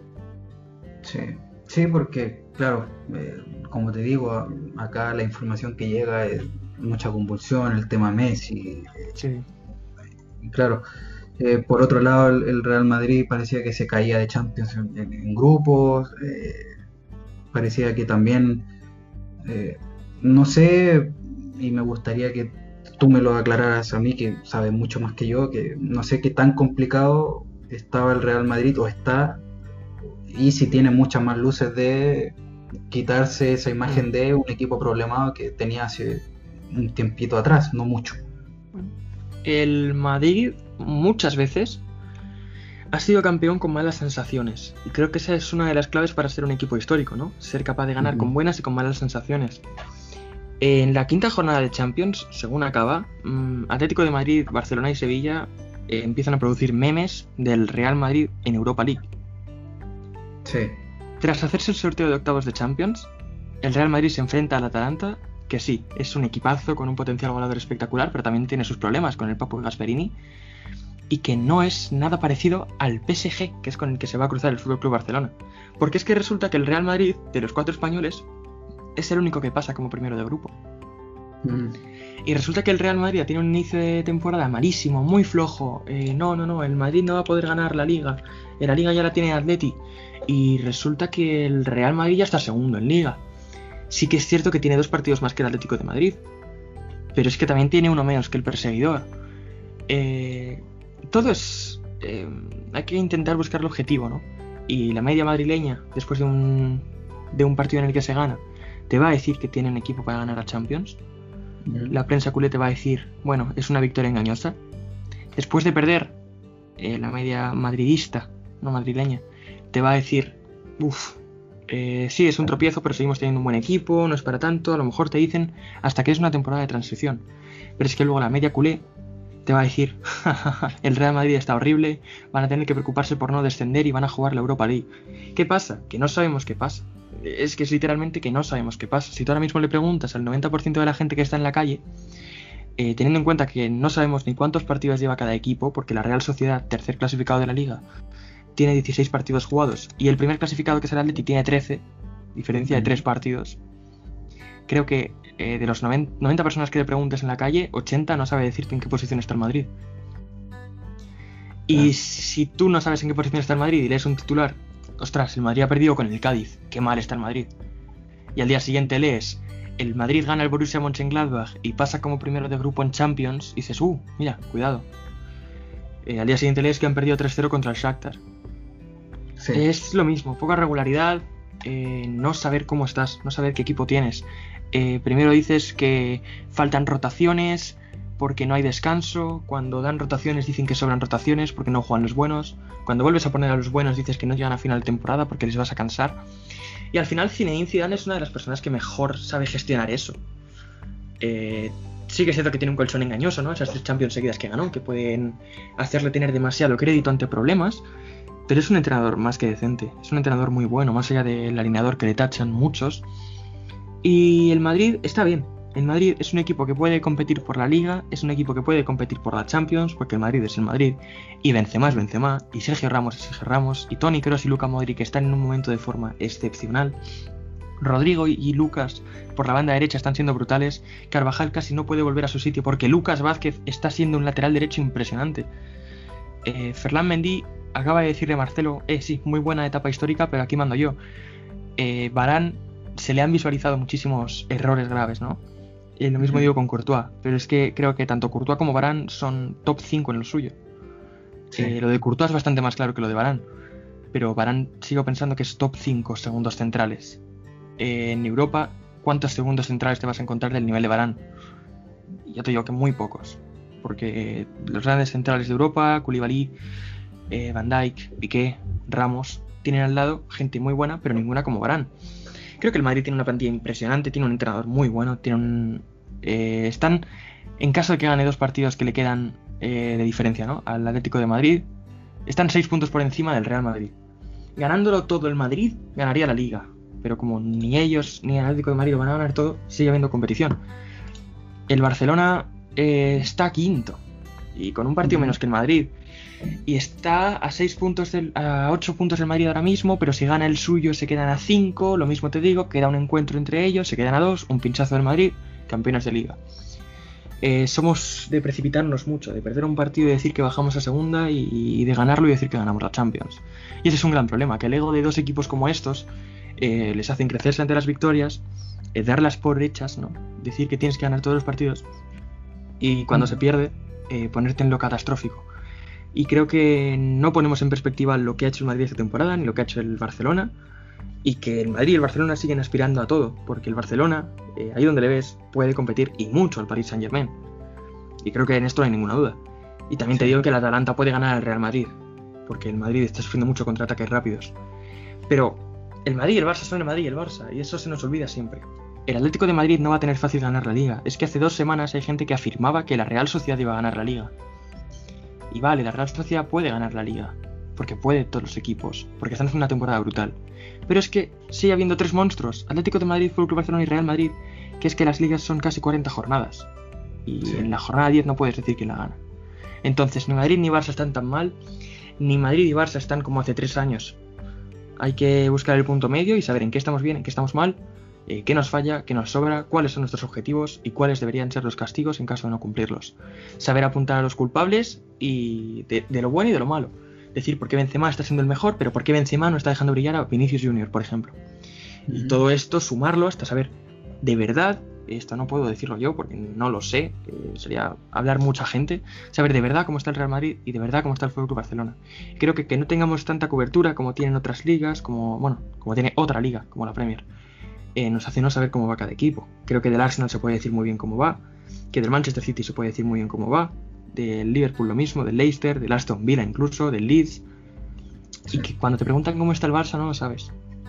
Sí, sí, porque, claro, eh, como te digo, a- acá la información que llega es mucha convulsión, el tema Messi. eh, Sí. y claro, eh, por otro lado, el, el Real Madrid parecía que se caía de Champions en, en- en grupos, eh, parecía que también, eh, no sé, y me gustaría que tú me lo aclararas a mí, que sabes mucho más que yo, que no sé qué tan complicado estaba el Real Madrid o está, y si tiene muchas más luces de quitarse esa imagen de un equipo problemado que tenía hace un tiempito atrás, no mucho. El Madrid muchas veces ha sido campeón con malas sensaciones. Y creo que esa es una de las claves para ser un equipo histórico, ¿no? Ser capaz de ganar Ujú. con buenas y con malas sensaciones. En la quinta jornada de Champions, según acaba, mmm, Atlético de Madrid, Barcelona y Sevilla eh, empiezan a producir memes del Real Madrid en Europa League. Sí, Tras hacerse el sorteo de octavos de Champions, el Real Madrid se enfrenta al Atalanta, que sí, es un equipazo con un potencial goleador espectacular, pero también tiene sus problemas con el Papu Gasperini, y que no es nada parecido al P S G, que es con el que se va a cruzar el F C Barcelona. Porque es que resulta que el Real Madrid, de los cuatro españoles, es el único que pasa como primero de grupo. mm, Y resulta que el Real Madrid tiene un inicio de temporada malísimo, muy flojo. Eh, no, no, no, el Madrid no va a poder ganar la Liga. Eh, la Liga ya la tiene el Atleti. Y resulta que el Real Madrid ya está segundo en Liga. Sí que es cierto que tiene dos partidos más que el Atlético de Madrid. Pero es que también tiene uno menos que el perseguidor. Eh, todo es... eh, hay que intentar buscar el objetivo, ¿no? Y la media madrileña, después de un, de un partido en el que se gana, te va a decir que tiene un equipo para ganar a Champions. mm, La prensa culé te va a decir, bueno, es una victoria engañosa. Después de perder, eh, la media madridista, no madrileña, te va a decir, uff, eh, sí, es un tropiezo, pero seguimos teniendo un buen equipo, no es para tanto. A lo mejor te dicen hasta que es una temporada de transición. Pero es que luego la media culé te va a decir, el Real Madrid está horrible, van a tener que preocuparse por no descender y van a jugar la Europa League. ¿Qué pasa? Que no sabemos qué pasa. Es que es literalmente que no sabemos qué pasa. Si tú ahora mismo le preguntas al noventa por ciento de la gente que está en la calle, eh, teniendo en cuenta que no sabemos ni cuántos partidos lleva cada equipo, porque la Real Sociedad, tercer clasificado de la Liga, tiene dieciséis partidos jugados y el primer clasificado, que es el Atleti, tiene trece, diferencia de tres partidos. Creo que eh, de los noventa personas que le preguntes en la calle, ochenta no sabe decirte en qué posición está el Madrid. Y Claro. si tú no sabes en qué posición está el Madrid y lees un titular, ostras, el Madrid ha perdido con el Cádiz, qué mal está el Madrid. Y al día siguiente lees, el Madrid gana el Borussia Mönchengladbach y pasa como primero de grupo en Champions, y dices, uh, mira, cuidado. Eh, al día siguiente lees que han perdido tres cero contra el Shakhtar. sí. Es lo mismo, poca regularidad, eh, no saber cómo estás, no saber qué equipo tienes. Eh, primero dices que faltan rotaciones porque no hay descanso. Cuando dan rotaciones dicen que sobran rotaciones porque no juegan los buenos. Cuando vuelves a poner a los buenos dices que no llegan a final de temporada porque les vas a cansar. Y al final Zinedine Zidane es una de las personas que mejor sabe gestionar eso. Eh, sí que es cierto que tiene un colchón engañoso, ¿no? Esas tres Champions seguidas que ganó, que pueden hacerle tener demasiado crédito ante problemas. Pero es un entrenador más que decente. Es un entrenador muy bueno, más allá del alineador que le tachan muchos. Y el Madrid está bien. El Madrid es un equipo que puede competir por la Liga, es un equipo que puede competir por la Champions, porque el Madrid es el Madrid, y Benzema es Benzema, y Sergio Ramos es Sergio Ramos, y Toni Kroos y Luka Modric están en un momento de forma excepcional. Rodrigo y Lucas por la banda derecha están siendo brutales. Carvajal casi no puede volver a su sitio porque Lucas Vázquez está siendo un lateral derecho impresionante. Eh, Ferland Mendy acaba de decirle a Marcelo, eh sí, muy buena etapa histórica, pero aquí mando yo. Eh, Varane se le han visualizado muchísimos errores graves, ¿no? Y lo mismo digo con Courtois, pero es que creo que tanto Courtois como Varane son top cinco en lo suyo. Sí. Eh, lo de Courtois es bastante más claro que lo de Varane, pero Varane sigo pensando que es top cinco segundos centrales. Eh, en Europa, ¿cuántos segundos centrales te vas a encontrar del nivel de Varane? Ya te digo que muy pocos, porque los grandes centrales de Europa, Koulibaly, eh, Van Dijk, Piqué, Ramos, tienen al lado gente muy buena, pero ninguna como Varane. Creo que el Madrid tiene una plantilla impresionante, tiene un entrenador muy bueno, tiene un, eh, están, en caso de que gane dos partidos que le quedan eh, de diferencia, ¿no?, al Atlético de Madrid, están seis puntos por encima del Real Madrid. Ganándolo todo el Madrid, ganaría la Liga. Pero como ni ellos ni el Atlético de Madrid lo van a ganar todo, sigue habiendo competición. El Barcelona eh, está quinto y con un partido menos que el Madrid, y está a seis puntos del, a ocho puntos del Madrid ahora mismo, pero si gana el suyo se quedan a cinco. Lo mismo te digo, queda un encuentro entre ellos, se quedan a dos, un pinchazo del Madrid, campeones de Liga. Eh, somos de precipitarnos mucho, de perder un partido y decir que bajamos a segunda, y, y de ganarlo y decir que ganamos la Champions. Y ese es un gran problema, que el ego de dos equipos como estos Eh, les hacen crecerse ante las victorias, eh, darlas por hechas, ¿no? Decir que tienes que ganar todos los partidos, y cuando mm. se pierde, eh, ponerte en lo catastrófico. Y creo que no ponemos en perspectiva lo que ha hecho el Madrid esta temporada, ni lo que ha hecho el Barcelona, y que el Madrid y el Barcelona siguen aspirando a todo, porque el Barcelona, eh, ahí donde le ves, puede competir y mucho al Paris Saint-Germain. Y creo que en esto no hay ninguna duda. Y también te digo que el Atalanta puede ganar al Real Madrid, porque el Madrid está sufriendo mucho contraataques rápidos. Pero el Madrid y el Barça son el Madrid y el Barça, y eso se nos olvida siempre. El Atlético de Madrid no va a tener fácil ganar la Liga. Es que hace dos semanas hay gente que afirmaba que la Real Sociedad iba a ganar la Liga. Y vale, la Real Sociedad puede ganar la Liga, porque puede todos los equipos, porque están haciendo una temporada brutal. Pero es que sigue habiendo tres monstruos, Atlético de Madrid, Fútbol Club Barcelona y Real Madrid, que es que las ligas son casi cuarenta jornadas. Y sí, en la jornada diez no puedes decir quién la gana. Entonces, ni Madrid ni Barça están tan mal, ni Madrid y Barça están como hace tres años. Hay que buscar el punto medio y saber en qué estamos bien, en qué estamos mal, eh, qué nos falla, qué nos sobra, cuáles son nuestros objetivos y cuáles deberían ser los castigos en caso de no cumplirlos. Saber apuntar a los culpables y de, de lo bueno y de lo malo. Decir por qué Benzema está siendo el mejor, pero por qué Benzema no está dejando brillar a Vinicius Junior, por ejemplo. Uh-huh. Y todo esto sumarlo hasta saber de verdad, esto no puedo decirlo yo porque no lo sé, eh, sería hablar mucha gente, saber de verdad cómo está el Real Madrid y de verdad cómo está el Fútbol Club Barcelona. Creo que que no tengamos tanta cobertura como tienen otras ligas, como bueno, como tiene otra liga, como la Premier, eh, nos hace no saber cómo va cada equipo. Creo que del Arsenal se puede decir muy bien cómo va, que del Manchester City se puede decir muy bien cómo va, del Liverpool lo mismo, del Leicester, del Aston Villa incluso, del Leeds, sí. Y que cuando te preguntan cómo está el Barça no lo sabes.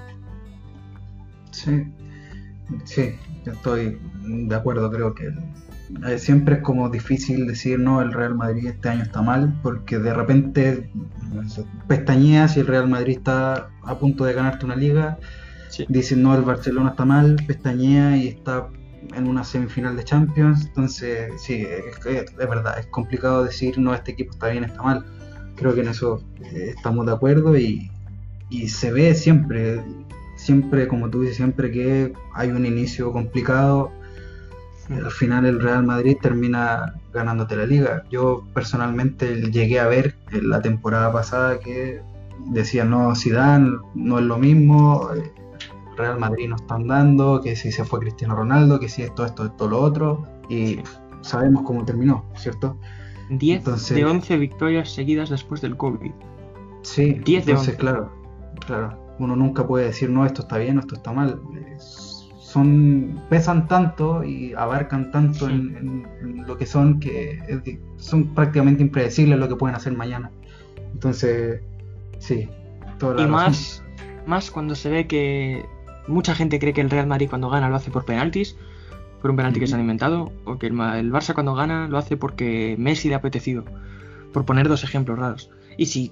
Sí, sí, yo estoy de acuerdo. Creo que eh, siempre es como difícil decir no, el Real Madrid este año está mal, porque de repente pestañeas y el Real Madrid está a punto de ganarte una liga, sí. Dicen no, el Barcelona está mal, pestañea y está en una semifinal de Champions. Entonces sí, es, es, es verdad, es complicado decir no, este equipo está bien, está mal. Creo que en eso eh, estamos de acuerdo, y, y se ve siempre siempre, como tú dices, siempre que hay un inicio complicado, al final el Real Madrid termina ganándote la liga. Yo personalmente llegué a ver en la temporada pasada que decían no, Zidane no es lo mismo, Real Madrid no están dando, que si se fue Cristiano Ronaldo, que si esto, esto, esto, lo otro, y sí, sabemos cómo terminó, ¿cierto? diez entonces, de once victorias seguidas después del COVID. Sí, diez entonces, de once. claro, claro. Uno nunca puede decir no, esto está bien o esto está mal. Son, pesan tanto y abarcan tanto sí. en, en, en lo que son, que es, son prácticamente impredecibles lo que pueden hacer mañana. Entonces, sí, toda la y razón. más, más cuando se ve que mucha gente cree que el Real Madrid cuando gana lo hace por penaltis, por un penalti mm-hmm. que se han inventado, o que el, el Barça cuando gana lo hace porque Messi le ha apetecido, por poner dos ejemplos raros. Y si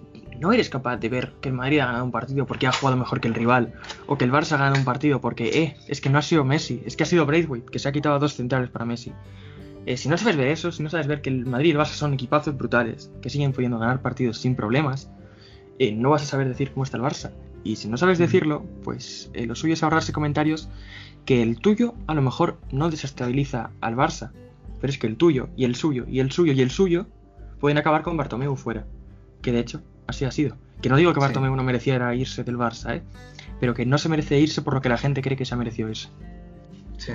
no eres capaz de ver que el Madrid ha ganado un partido porque ha jugado mejor que el rival, o que el Barça ha ganado un partido porque, eh, es que no ha sido Messi, es que ha sido Braithwaite, que se ha quitado dos centrales para Messi. Eh, si no sabes ver eso, si no sabes ver que el Madrid y el Barça son equipazos brutales, que siguen pudiendo ganar partidos sin problemas, eh, no vas a saber decir cómo está el Barça. Y si no sabes decirlo, pues eh, lo suyo es ahorrarse comentarios que el tuyo a lo mejor no desestabiliza al Barça, pero es que el tuyo y el suyo y el suyo y el suyo pueden acabar con Bartomeu fuera, que de hecho así ha sido. Que no digo que Bartomeu sí. no mereciera irse del Barça, ¿eh? Pero que no se merece irse por lo que la gente cree que se ha merecido irse. Sí.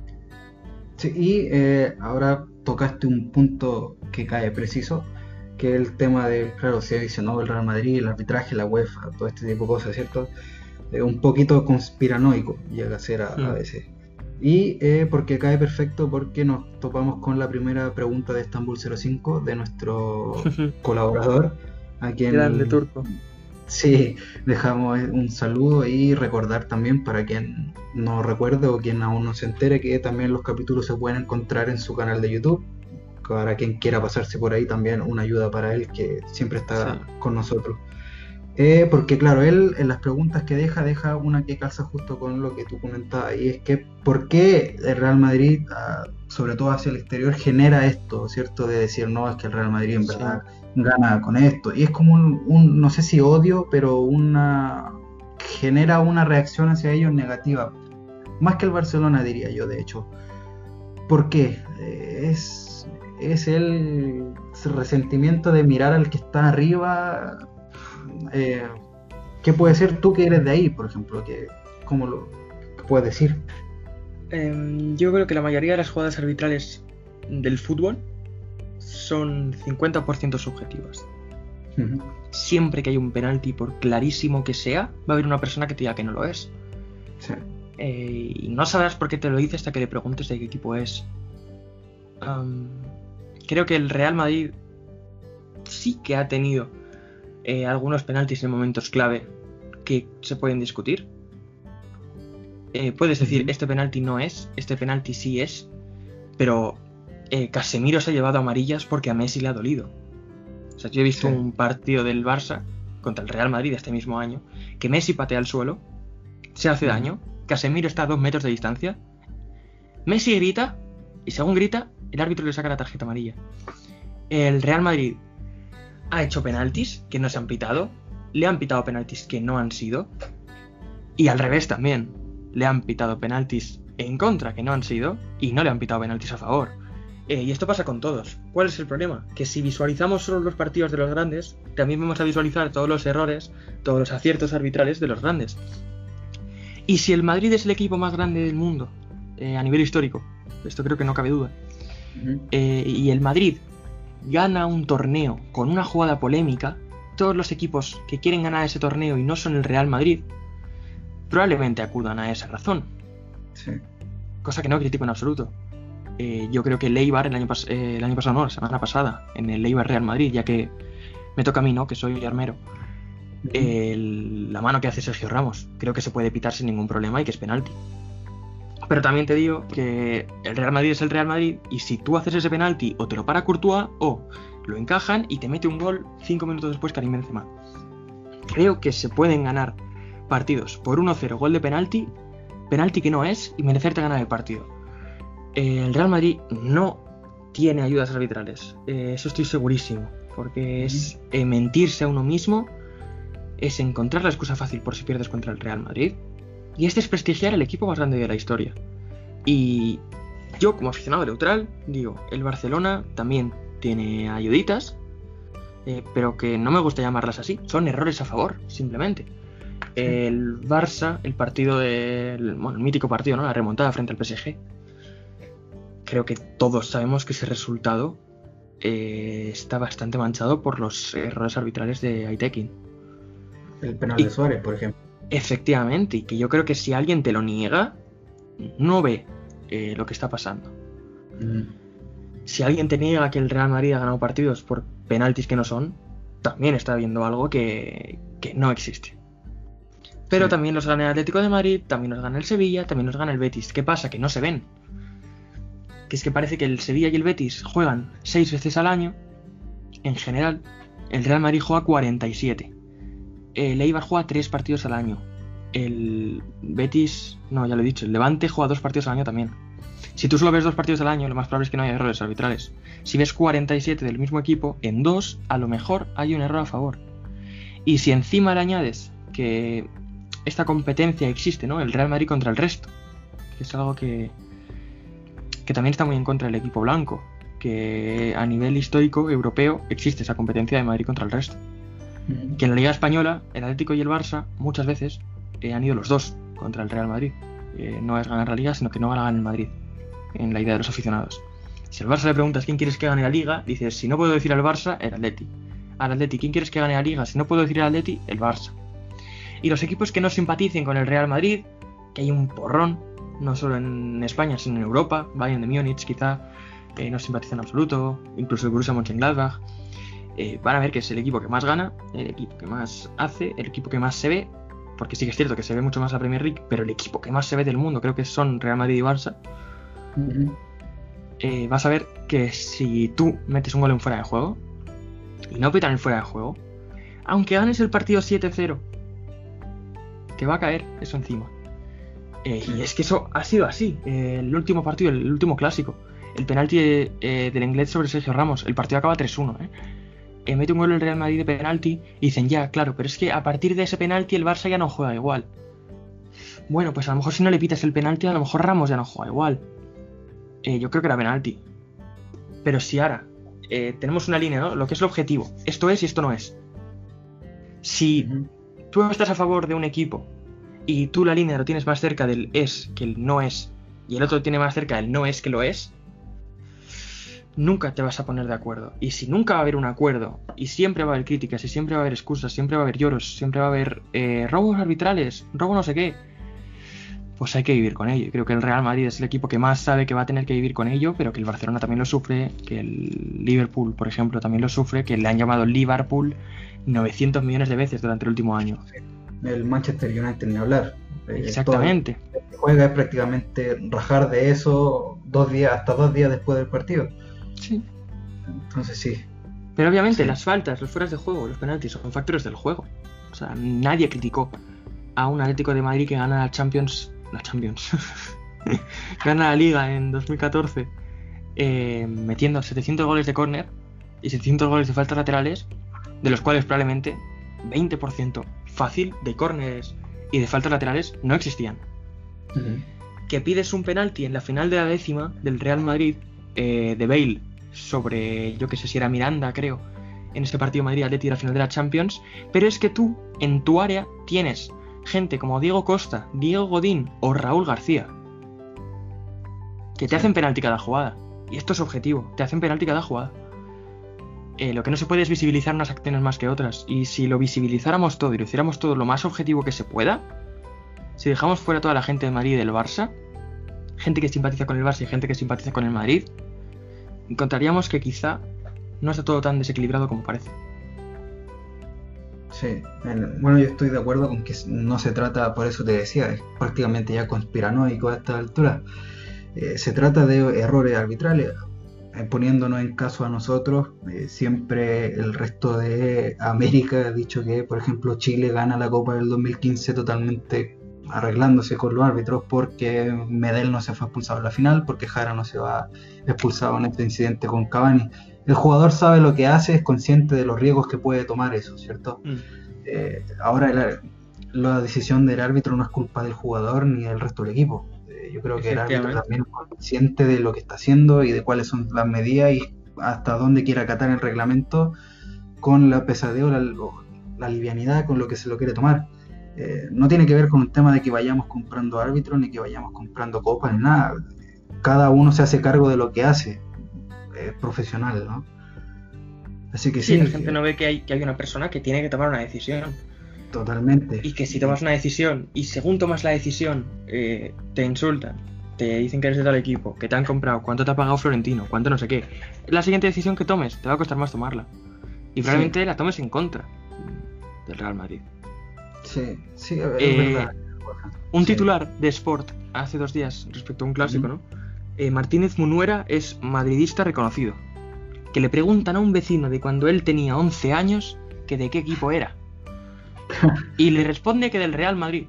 Sí, y eh, ahora tocaste un punto que cae preciso, que es el tema de, claro, se dice, ¿no? El Real Madrid, el arbitraje, la UEFA, todo este tipo de cosas, ¿cierto? Eh, un poquito conspiranoico llega a ser a, mm. a veces. Y eh, porque cae perfecto porque nos topamos con la primera pregunta de Estambul cero cinco de nuestro colaborador, a quien... Grande Turco. Sí, dejamos un saludo y recordar también para quien no recuerde o quien aún no se entere que también los capítulos se pueden encontrar en su canal de YouTube. Para quien quiera pasarse por ahí también una ayuda para él que siempre está sí. con nosotros. Eh, porque claro, él en las preguntas que deja, deja una que calza justo con lo que tú comentabas, y es que ¿por qué el Real Madrid, uh, sobre todo hacia el exterior, genera esto, ¿cierto? De decir, no, es que el Real Madrid en sí. verdad gana con esto, y es como un, un, no sé si odio, pero una genera una reacción hacia ellos negativa, más que el Barcelona diría yo, de hecho. ¿Por qué? Eh, es, es el resentimiento de mirar al que está arriba. Eh, ¿Qué puede ser tú que eres de ahí, por ejemplo? Que, ¿Cómo lo qué puedes decir? Eh, yo creo que la mayoría de las jugadas arbitrales del fútbol son cincuenta por ciento subjetivas. Uh-huh. Siempre que hay un penalti, por clarísimo que sea, va a haber una persona que te diga que no lo es. Sí. Eh, y no sabrás por qué te lo dice hasta que le preguntes de qué equipo es. Um, creo que el Real Madrid sí que ha tenido Eh, algunos penaltis en momentos clave que se pueden discutir. Eh, puedes decir, uh-huh. este penalti no es, este penalti sí es, pero eh, Casemiro se ha llevado amarillas porque a Messi le ha dolido. O sea, yo he visto sí. un partido del Barça contra el Real Madrid este mismo año, que Messi patea al suelo, se hace uh-huh. daño, Casemiro está a dos metros de distancia, Messi grita, y según grita, el árbitro le saca la tarjeta amarilla. El Real Madrid ha hecho penaltis que no se han pitado, le han pitado penaltis que no han sido, y al revés también, le han pitado penaltis en contra que no han sido, y no le han pitado penaltis a favor. Eh, y esto pasa con todos. ¿Cuál es el problema? Que si visualizamos solo los partidos de los grandes, también vamos a visualizar todos los errores, todos los aciertos arbitrales de los grandes. Y si el Madrid es el equipo más grande del mundo, eh, a nivel histórico, esto creo que no cabe duda, uh-huh. eh, y el Madrid gana un torneo con una jugada polémica, todos los equipos que quieren ganar ese torneo y no son el Real Madrid probablemente acudan a esa razón. Sí. Cosa que no critico en absoluto. Eh, yo creo que el Eibar el año, pas- eh, el año pasado, no, la semana pasada, en el Eibar Real Madrid, ya que me toca a mí, ¿no? Que soy armero. Uh-huh. Eh, la mano que hace Sergio Ramos, creo que se puede pitar sin ningún problema y que es penalti. Pero también te digo que el Real Madrid es el Real Madrid y si tú haces ese penalti o te lo para Courtois o lo encajan y te mete un gol cinco minutos después Karim Benzema. Creo que se pueden ganar partidos por uno cero, gol de penalti, penalti que no es y merecerte ganar el partido. Eh, el Real Madrid no tiene ayudas arbitrales, eh, eso estoy segurísimo, porque es eh, mentirse a uno mismo, es encontrar la excusa fácil por si pierdes contra el Real Madrid. Y es desprestigiar el equipo más grande de la historia. Y yo, como aficionado neutral, digo, el Barcelona también tiene ayuditas, eh, pero que no me gusta llamarlas así. Son errores a favor, simplemente. El Barça, el partido del... Bueno, el mítico partido, ¿no? La remontada frente al P S G. Creo que todos sabemos que ese resultado eh, está bastante manchado por los errores arbitrales de Aitekin. El penal y... de Suárez, por ejemplo. Efectivamente, y que yo creo que si alguien te lo niega, no ve eh, lo que está pasando. Mm. Si alguien te niega que el Real Madrid ha ganado partidos por penaltis que no son, también está viendo algo que, que no existe. Pero sí. También los gana el Atlético de Madrid, también los gana el Sevilla, también los gana el Betis. ¿Qué pasa? Que no se ven. Que es que parece que el Sevilla y el Betis juegan seis veces al año, en general, El Real Madrid juega cuarenta y siete. El Eibar juega tres partidos al año. El Betis, no, ya lo he dicho, el Levante juega dos partidos al año también. Si tú solo ves dos partidos al año, lo más probable es que no haya errores arbitrales. Si ves cuarenta y siete del mismo equipo, en dos, a lo mejor hay un error a favor. Y si encima le añades que esta competencia existe, ¿no? El Real Madrid contra el resto, que es algo que, que también está muy en contra del equipo blanco, que a nivel histórico europeo existe esa competencia de Madrid contra el resto. Mm. Que en la Liga Española, el Atlético y el Barça, muchas veces eh, han ido los dos contra el Real Madrid. Eh, no es ganar la Liga, sino que no gana el Madrid, en la idea de los aficionados. Si al Barça le preguntas quién quieres que gane la Liga, dices, si no puedo decir al Barça, el Atleti. Al Atleti, ¿quién quieres que gane la Liga? Si no puedo decir al Atleti, el Barça. Y los equipos que no simpaticen con el Real Madrid, que hay un porrón, no solo en España, sino en Europa, Bayern de Múnich quizá, eh, no simpatiza en absoluto, incluso el Borussia Mönchengladbach, eh, van a ver que es el equipo que más gana, el equipo que más hace, el equipo que más se ve, porque sí que es cierto que se ve mucho más la Premier League, pero el equipo que más se ve del mundo creo que son Real Madrid y Barça. Uh-huh. eh, vas a ver que si tú metes un gol en fuera de juego y no pitan el fuera de juego, aunque ganes el partido siete cero, te va a caer eso encima. Eh, y es que eso ha sido así. Eh, el último partido, el último clásico, el penalti de, eh, del Inglés sobre Sergio Ramos, el partido acaba tres uno, ¿eh? Eh, mete un gol el Real Madrid de penalti y dicen, ya, claro, pero es que a partir de ese penalti el Barça ya no juega igual. Bueno, pues a lo mejor si no le pitas el penalti, a lo mejor Ramos ya no juega igual. Eh, yo creo que era penalti. Pero si ahora eh, tenemos una línea, ¿no? Lo que es el objetivo. Esto es y esto no es. Si uh-huh. tú estás a favor de un equipo y tú la línea lo tienes más cerca del es que el no es, y el otro tiene más cerca del no es que lo es, nunca te vas a poner de acuerdo. Y si nunca va a haber un acuerdo, y siempre va a haber críticas, y siempre va a haber excusas, siempre va a haber lloros, siempre va a haber eh, robos arbitrales, robo no sé qué, pues hay que vivir con ello. Creo que el Real Madrid es el equipo que más sabe que va a tener que vivir con ello, pero que el Barcelona también lo sufre, que el Liverpool, por ejemplo, también lo sufre, que le han llamado Liverpool novecientos millones de veces durante el último año. El Manchester United ni hablar. Exactamente. Todo el que juega es prácticamente rajar de eso dos días, hasta dos días después del partido. Sí. Entonces sí. Pero obviamente sí. las faltas, los fueras de juego, los penaltis son factores del juego. O sea, nadie criticó a un Atlético de Madrid que gana la Champions, la Champions, gana la Liga en dos mil catorce, eh, metiendo setecientos goles de córner y setecientos goles de faltas laterales, de los cuales probablemente veinte por ciento fácil de córneres y de faltas laterales no existían. Uh-huh. Que pides un penalti en la final de la décima del Real Madrid, eh, de Bale sobre, yo que sé si era Miranda, creo, en este partido Madrid-Atleti de la final de la Champions, pero es que tú en tu área tienes gente como Diego Costa, Diego Godín o Raúl García que te sí. hacen penalti cada jugada, y esto es objetivo, te hacen penalti cada jugada. Eh, lo que no se puede es visibilizar unas acciones más que otras, y si lo visibilizáramos todo y lo hiciéramos todo lo más objetivo que se pueda, si dejamos fuera toda la gente de Madrid y del Barça, gente que simpatiza con el Barça y gente que simpatiza con el Madrid, encontraríamos que quizá no está todo tan desequilibrado como parece. Sí, bueno, yo estoy de acuerdo con que no se trata, por eso te decía, es prácticamente ya conspiranoico a esta altura. Eh, se trata de errores arbitrales. Eh, poniéndonos en caso a nosotros, eh, siempre el resto de América ha dicho que, por ejemplo, Chile gana la Copa del dos mil quince totalmente arreglándose con los árbitros, porque Medel no se fue expulsado en la final, porque Jara no se va expulsado en este incidente con Cavani. El jugador sabe lo que hace, es consciente de los riesgos que puede tomar eso, ¿cierto? Mm. Eh, ahora la, la decisión del árbitro no es culpa del jugador ni del resto del equipo. Eh, yo creo que el árbitro también es consciente de lo que está haciendo y de cuáles son las medidas y hasta dónde quiere acatar el reglamento, con la pesadez o la, la livianidad con lo que se lo quiere tomar. Eh, no tiene que ver con un tema de que vayamos comprando árbitros ni que vayamos comprando copas ni nada. Cada uno se hace cargo de lo que hace, es profesional, ¿no? Así que sí, sí la gente no ve que hay, que hay una persona que tiene que tomar una decisión. Totalmente. Y que si tomas una decisión y según tomas la decisión eh, te insultan, te dicen que eres de tal equipo, que te han comprado, cuánto te ha pagado Florentino, cuánto no sé qué, la siguiente decisión que tomes te va a costar más tomarla. Y probablemente sí. la tomes en contra del Real Madrid. Sí, sí, es eh, verdad. Un sí. titular de Sport hace dos días respecto a un clásico, mm. ¿no? Eh, Martínez Munuera es madridista reconocido. que le preguntan a un vecino de cuando él tenía once años que de qué equipo era. Y le responde que del Real Madrid.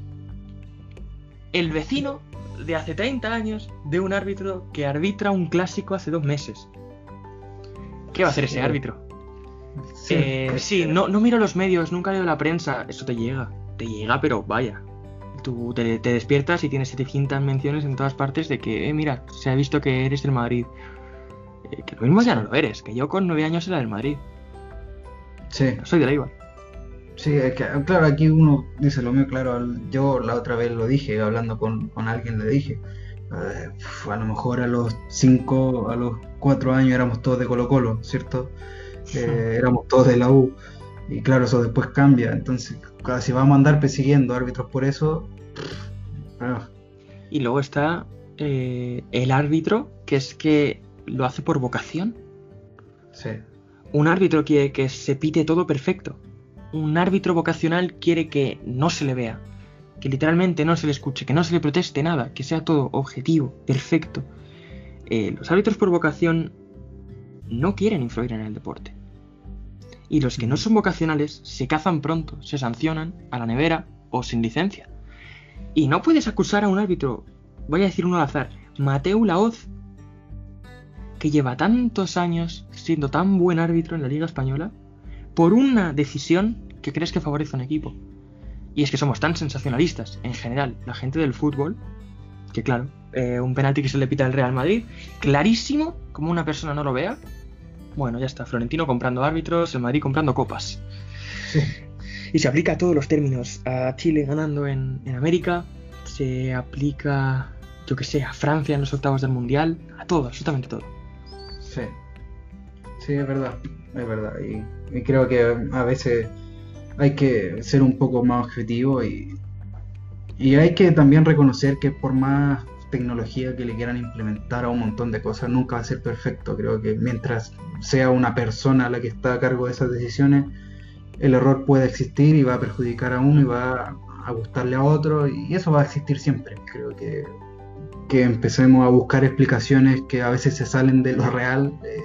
El vecino de hace treinta años de un árbitro que arbitra un clásico hace dos meses. ¿Qué va a hacer Sí. ese árbitro? Sí, Eh, es sí, que- no, no miro los medios, nunca leo la prensa. Eso te llega, te llega, pero vaya. Tú te, te despiertas y tienes setecientas menciones en todas partes de que, eh, mira, se ha visto que eres del Madrid. Eh, que lo mismo ya no lo eres, que yo con nueve años era del Madrid. Sí, Soy del Eibar. sí, es que, claro, aquí uno dice lo mío, claro, al- yo la otra vez lo dije, hablando con, con alguien le dije, eh, uf, a lo mejor a los cinco, a los cuatro años éramos todos de Colo Colo, ¿cierto? Eh, éramos todos de la U, y claro, eso después cambia, entonces, claro, si vamos a andar persiguiendo árbitros por eso, ah, Y luego está eh, el árbitro, que es que lo hace por vocación. sí, Un árbitro quiere que se pite todo perfecto. Un árbitro vocacional quiere que no se le vea, que literalmente no se le escuche, que no se le proteste nada, que sea todo objetivo, perfecto. Eh, los árbitros por vocación no quieren influir en el deporte. Y los que no son vocacionales se cazan pronto, se sancionan a la nevera o sin licencia. Y no puedes acusar a un árbitro, voy a decir uno al azar, Mateu Laoz, que lleva tantos años siendo tan buen árbitro en la Liga Española, por una decisión que crees que favorece a un equipo. Y es que somos tan sensacionalistas, en general, la gente del fútbol, que claro, eh, un penalti que se le pita al Real Madrid, clarísimo, como una persona no lo vea, bueno, ya está, Florentino comprando árbitros, el Madrid comprando copas. sí, Y se aplica a todos los términos. A Chile ganando en, en América, se aplica, yo que sé, a Francia en los octavos del Mundial, a todo, absolutamente todo. sí, sí, es verdad, es verdad, y, y creo que a veces hay que ser un poco más objetivo y, y hay que también reconocer que por más tecnología que le quieran implementar a un montón de cosas, nunca va a ser perfecto. Creo que mientras sea una persona la que está a cargo de esas decisiones, el error puede existir y va a perjudicar a uno y va a gustarle a otro, y eso va a existir siempre. Creo que, que empecemos a buscar explicaciones que a veces se salen de lo real, eh,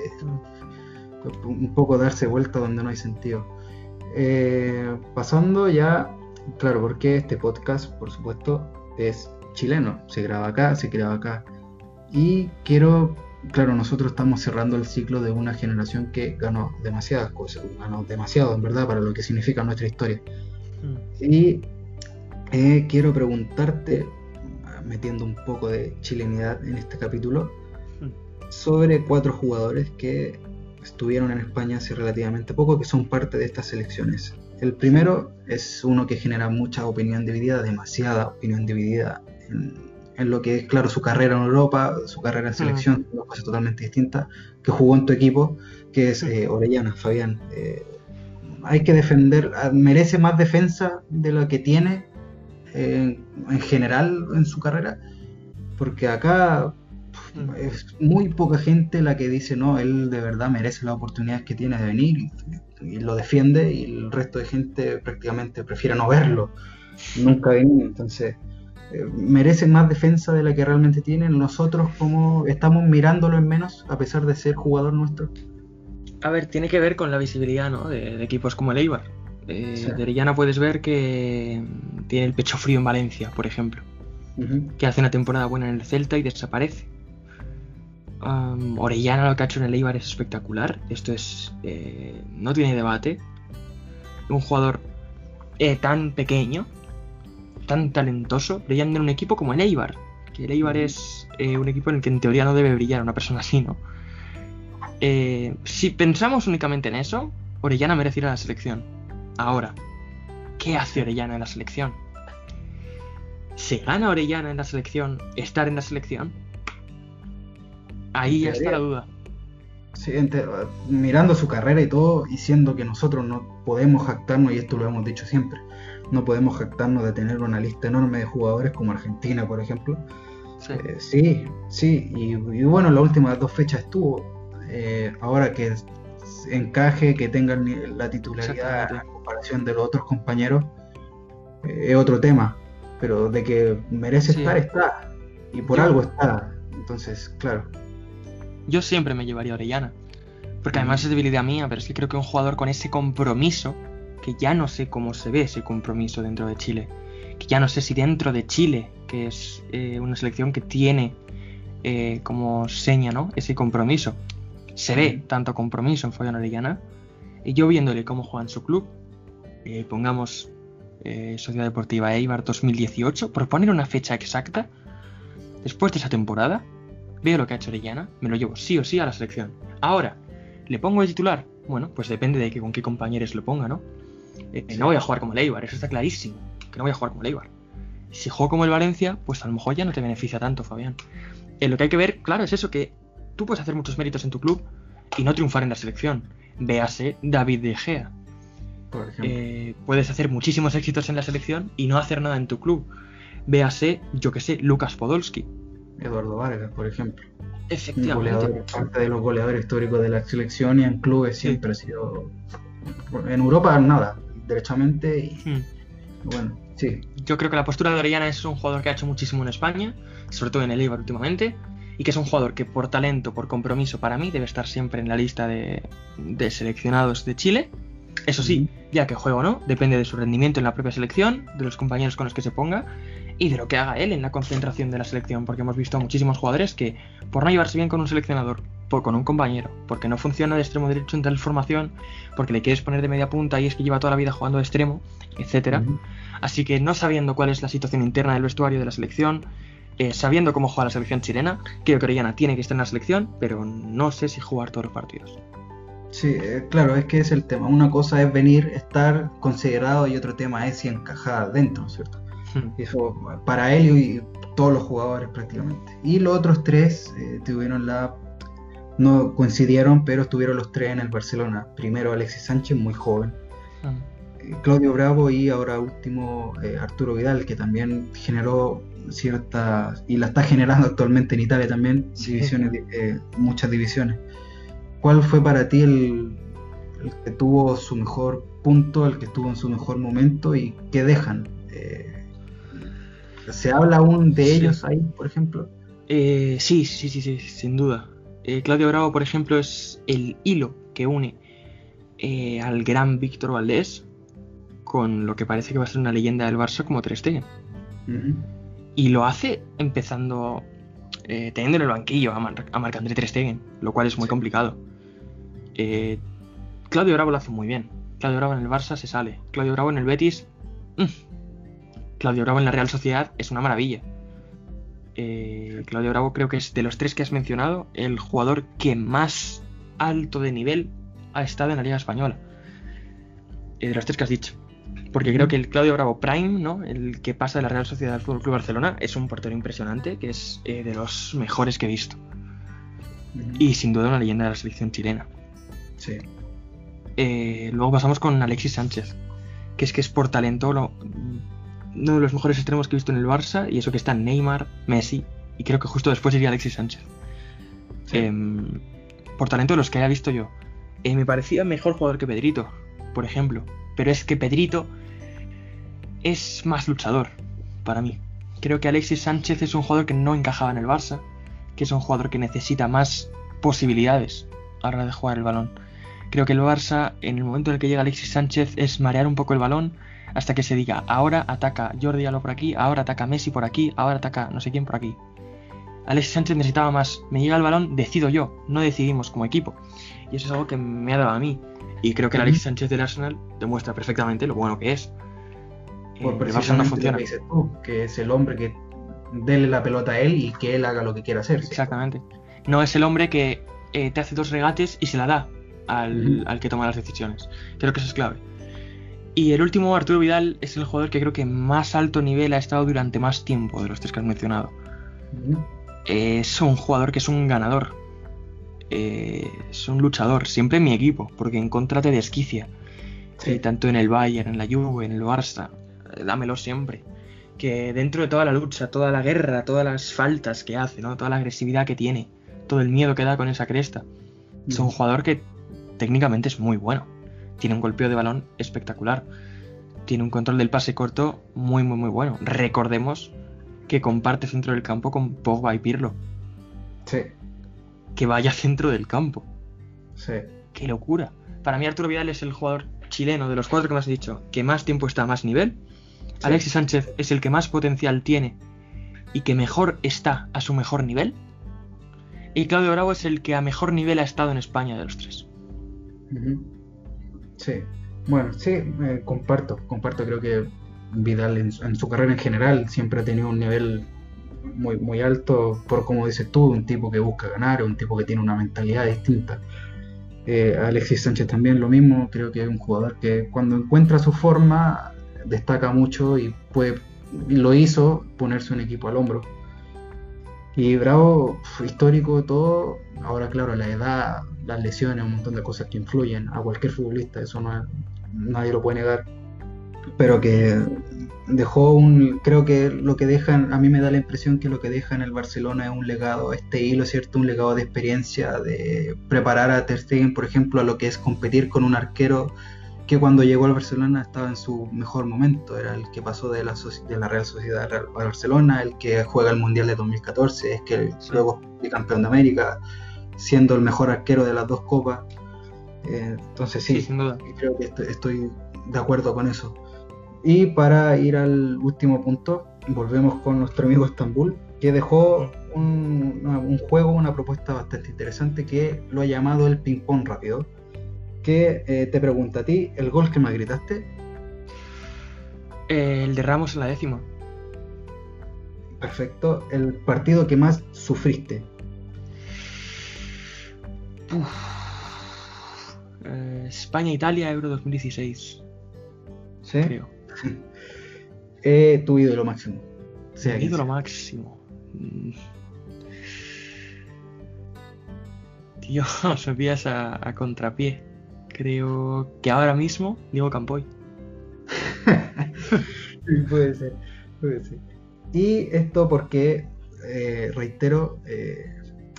un poco darse vuelta donde no hay sentido. Eh, pasando ya, claro, porque este podcast, por supuesto, es chileno, se graba acá, se graba acá. Y quiero, claro, nosotros estamos cerrando el ciclo de una generación que ganó demasiadas cosas, ganó demasiado, en verdad, para lo que significa nuestra historia. Y eh, quiero preguntarte, metiendo un poco de chilenidad en este capítulo, sobre cuatro jugadores que estuvieron en España hace relativamente poco, que son parte de estas selecciones. El primero es uno que genera mucha opinión dividida, demasiada opinión dividida en, en lo que es, claro, su carrera en Europa, su carrera en selección, una cosa totalmente distinta, que jugó en tu equipo, que es eh, Orellana, Fabián. Eh, hay que defender, merece más defensa de lo que tiene eh, en general en su carrera, porque acá es muy poca gente la que dice no, él de verdad merece las oportunidades que tiene de venir y, y lo defiende, y el resto de gente prácticamente prefiere no verlo, nunca venir. Entonces eh, merece más defensa de la que realmente tiene. Nosotros como estamos mirándolo en menos a pesar de ser jugador nuestro. A ver, tiene que ver con la visibilidad, ¿no? de, de equipos como el Eibar. Eh, Sí. De Orellana puedes ver que tiene el pecho frío en Valencia, por ejemplo, Uh-huh. que hace una temporada buena en el Celta y desaparece. Um, Orellana lo que ha hecho en el Eibar es espectacular. Esto es eh, no tiene debate. Un jugador eh, tan pequeño, tan talentoso, brillando en un equipo como el Eibar. Que el Eibar es eh, un equipo en el que en teoría no debe brillar una persona así, ¿no? Eh, si pensamos únicamente en eso, Orellana merece ir a la selección. Ahora, ¿qué hace Orellana en la selección? ¿Se gana Orellana en la selección estar en la selección? Ahí ya está la duda. Sí, ente- mirando su carrera y todo, y siendo que nosotros no podemos jactarnos, y esto lo hemos dicho siempre, no podemos jactarnos de tener una lista enorme de jugadores como Argentina, por ejemplo. Sí. Eh, sí, sí, y, y bueno, las últimas dos fechas estuvo. Eh, ahora que encaje, que tenga el ni- la titularidad en comparación de los otros compañeros, eh, es otro tema, pero de que merece Sí. estar, está, y por Yo- algo está. Entonces, claro. Yo siempre me llevaría a Orellana. Porque además Mm. es debilidad mía, pero es que creo que un jugador con ese compromiso, que ya no sé cómo se ve ese compromiso dentro de Chile, que ya no sé si dentro de Chile, que es eh, una selección que tiene eh, como seña, ¿no?, ese compromiso, se ve Mm. tanto compromiso en Fabián Orellana, y yo viéndole cómo juega en su club, eh, pongamos eh, Sociedad Deportiva Eibar dos mil dieciocho, por poner una fecha exacta, después de esa temporada, veo lo que ha hecho Orellana, me lo llevo sí o sí a la selección. Ahora, ¿le pongo de titular? Bueno, pues depende de que, con qué compañeros lo ponga, ¿no? Eh, Sí. No voy a jugar como el Eibar, eso está clarísimo, que no voy a jugar como el Eibar. Si juego como el Valencia, pues a lo mejor ya no te beneficia tanto, Fabián. Eh, lo que hay que ver, claro, es eso, que tú puedes hacer muchos méritos en tu club y no triunfar en la selección. Véase David De Gea. Por ejemplo. Eh, puedes hacer muchísimos éxitos en la selección y no hacer nada en tu club. Véase, yo que sé, Lucas Podolski. Eduardo Vargas, por ejemplo. Un Efectivamente. goleador, parte de los goleadores históricos de la selección, y en clubes Sí. siempre ha sido. En Europa nada, derechamente, y Hmm. bueno, sí. Yo creo que la postura de Orellana es un jugador que ha hecho muchísimo en España, sobre todo en el Eibar últimamente, y que es un jugador que por talento, por compromiso, para mí debe estar siempre en la lista de, de seleccionados de Chile. Eso sí, ya que juega o no, depende de su rendimiento en la propia selección, de los compañeros con los que se ponga y de lo que haga él en la concentración de la selección, porque hemos visto a muchísimos jugadores que, por no llevarse bien con un seleccionador, por, con un compañero, porque no funciona de extremo derecho en tal formación, porque le quieres poner de media punta y es que lleva toda la vida jugando de extremo, etcétera. Ujú. Así que no sabiendo cuál es la situación interna del vestuario de la selección, eh, sabiendo cómo juega la selección chilena, creo que Orellana tiene que estar en la selección, pero no sé si jugar todos los partidos. Sí, eh, claro, es que es el tema. Una cosa es venir, estar considerado, y otro tema es si encaja dentro, ¿cierto? Hmm. Eso para él y todos los jugadores prácticamente. Y los otros tres eh, tuvieron la... no coincidieron, pero estuvieron los tres en el Barcelona. Primero Alexis Sánchez, muy joven. Hmm. eh, Claudio Bravo, y ahora último eh, Arturo Vidal, que también generó ciertas... y la está generando actualmente en Italia también, Sí. divisiones, eh, muchas divisiones. ¿Cuál fue para ti el, el que tuvo su mejor punto, el que estuvo en su mejor momento, y qué dejan? Eh, ¿Se habla aún de Sí. ellos ahí, por ejemplo? Eh, sí, sí, sí, sí, sin duda. Eh, Claudio Bravo, por ejemplo, es el hilo que une eh, al gran Víctor Valdés con lo que parece que va a ser una leyenda del Barça como Ter Stegen. Uh-huh. Y lo hace empezando, eh, teniendo en el banquillo a, Mar- a Marc-André Ter Stegen, lo cual es muy Sí. complicado. Eh, Claudio Bravo lo hace muy bien. Claudio Bravo en el Barça se sale. Claudio Bravo en el Betis... mm. Claudio Bravo en la Real Sociedad es una maravilla. Eh, Claudio Bravo creo que es de los tres que has mencionado el jugador que más alto de nivel ha estado en la Liga Española. Eh, de los tres que has dicho. Porque creo que el Claudio Bravo Prime, ¿no?, el que pasa de la Real Sociedad al Fútbol Club Barcelona, es un portero impresionante, que es eh, de los mejores que he visto. Uh-huh. Y sin duda una leyenda de la selección chilena. Sí. Eh, luego pasamos con Alexis Sánchez, que es que es por talento lo, uno de los mejores extremos que he visto en el Barça, y eso que está Neymar, Messi, y creo que justo después sería Alexis Sánchez. Sí. Eh, por talento de los que haya visto yo. Eh, me parecía mejor jugador que Pedrito, por ejemplo, pero es que Pedrito es más luchador para mí. Creo que Alexis Sánchez es un jugador que no encajaba en el Barça, que es un jugador que necesita más posibilidades a la hora de jugar el balón. Creo que el Barça, en el momento en el que llega Alexis Sánchez, es marear un poco el balón hasta que se diga, ahora ataca Jordi Alba por aquí, ahora ataca Messi por aquí, ahora ataca no sé quién por aquí. Alexis Sánchez necesitaba más, me llega el balón, decido yo, no decidimos como equipo. Y eso es algo que me ha dado a mí. Y creo que el Alexis Sánchez del Arsenal demuestra perfectamente lo bueno que es. Por Eh, el Barça no precisamente funciona. lo que dices tú, que es el hombre que dele la pelota a él y que él haga lo que quiera hacer. ¿cierto? Exactamente. No es el hombre que eh, te hace dos regates y se la da al, Ujú. al que toma las decisiones. Creo que eso es clave. Y el último, Arturo Vidal, es el jugador que creo que más alto nivel ha estado durante más tiempo de los tres que has mencionado. Ujú. Es un jugador que es un ganador. Eh, es un luchador, siempre en mi equipo, porque en contra te desquicia. Sí. Eh, tanto en el Bayern, en la Juve, en el Barça. eh, Dámelo siempre. Que dentro de toda la lucha, toda la guerra, todas las faltas que hace, ¿no?, toda la agresividad que tiene, todo el miedo que da con esa cresta, es un jugador que técnicamente es muy bueno. Tiene un golpeo de balón espectacular. Tiene un control del pase corto muy, muy, muy bueno. Recordemos que comparte centro del campo con Pogba y Pirlo. Sí. Que vaya centro del campo. Sí. ¡Qué locura! Para mí Arturo Vidal es el jugador chileno de los cuatro que me has dicho que más tiempo está a más nivel. Sí. Alexis Sánchez es el que más potencial tiene y que mejor está a su mejor nivel. Y Claudio Bravo es el que a mejor nivel ha estado en España de los tres. Uh-huh. Sí. Bueno, sí, eh, comparto, comparto. Creo que Vidal en, en su carrera en general siempre ha tenido un nivel muy, muy alto, por como dices tú, un tipo que busca ganar, un tipo que tiene una mentalidad distinta. Eh, Alexis Sánchez también lo mismo, creo que es un jugador que cuando encuentra su forma destaca mucho y puede, y lo hizo, ponerse un equipo al hombro. Y Bravo, histórico todo, ahora claro, la edad, las lesiones, un montón de cosas que influyen a cualquier futbolista, eso no es, nadie lo puede negar, pero que dejó un, creo que lo que dejan, a mí me da la impresión que lo que deja en el Barcelona es un legado, este hilo, ¿cierto? Un legado de experiencia, de preparar a Ter Stegen, por ejemplo, a lo que es competir con un arquero que cuando llegó al Barcelona estaba en su mejor momento, era el que pasó de la, de la Real Sociedad a Barcelona, el que juega el Mundial de dos mil catorce, es que sí. Luego es campeón de América, siendo el mejor arquero de las dos copas. Eh, entonces sí, sí, sin duda. Creo que estoy, estoy de acuerdo con eso. Y para ir al último punto, volvemos con nuestro amigo Estambul, que dejó un, un juego, una propuesta bastante interesante que lo ha llamado el ping-pong rápido, que eh, te pregunta a ti, ¿el gol que más gritaste? Eh, el de Ramos en la décima. Perfecto. ¿El partido que más sufriste? Eh, España-Italia, Euro dos mil dieciséis. ¿Sí? Creo. Eh, tu ídolo máximo. Sea Mi ídolo sea. máximo. Tío, me pillas a, a contrapié. Creo que ahora mismo Diego Campoy. puede ser, puede ser. Y esto porque, eh, reitero, eh,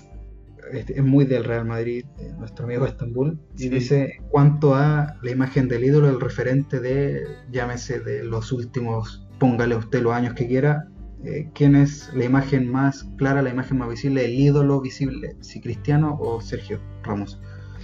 es muy del Real Madrid, eh, nuestro amigo Estambul, y sí. Dice, en cuanto a la imagen del ídolo, el referente de, llámese de los últimos, póngale usted los años que quiera, eh, ¿quién es la imagen más clara, la imagen más visible, el ídolo visible, si Cristiano o Sergio Ramos?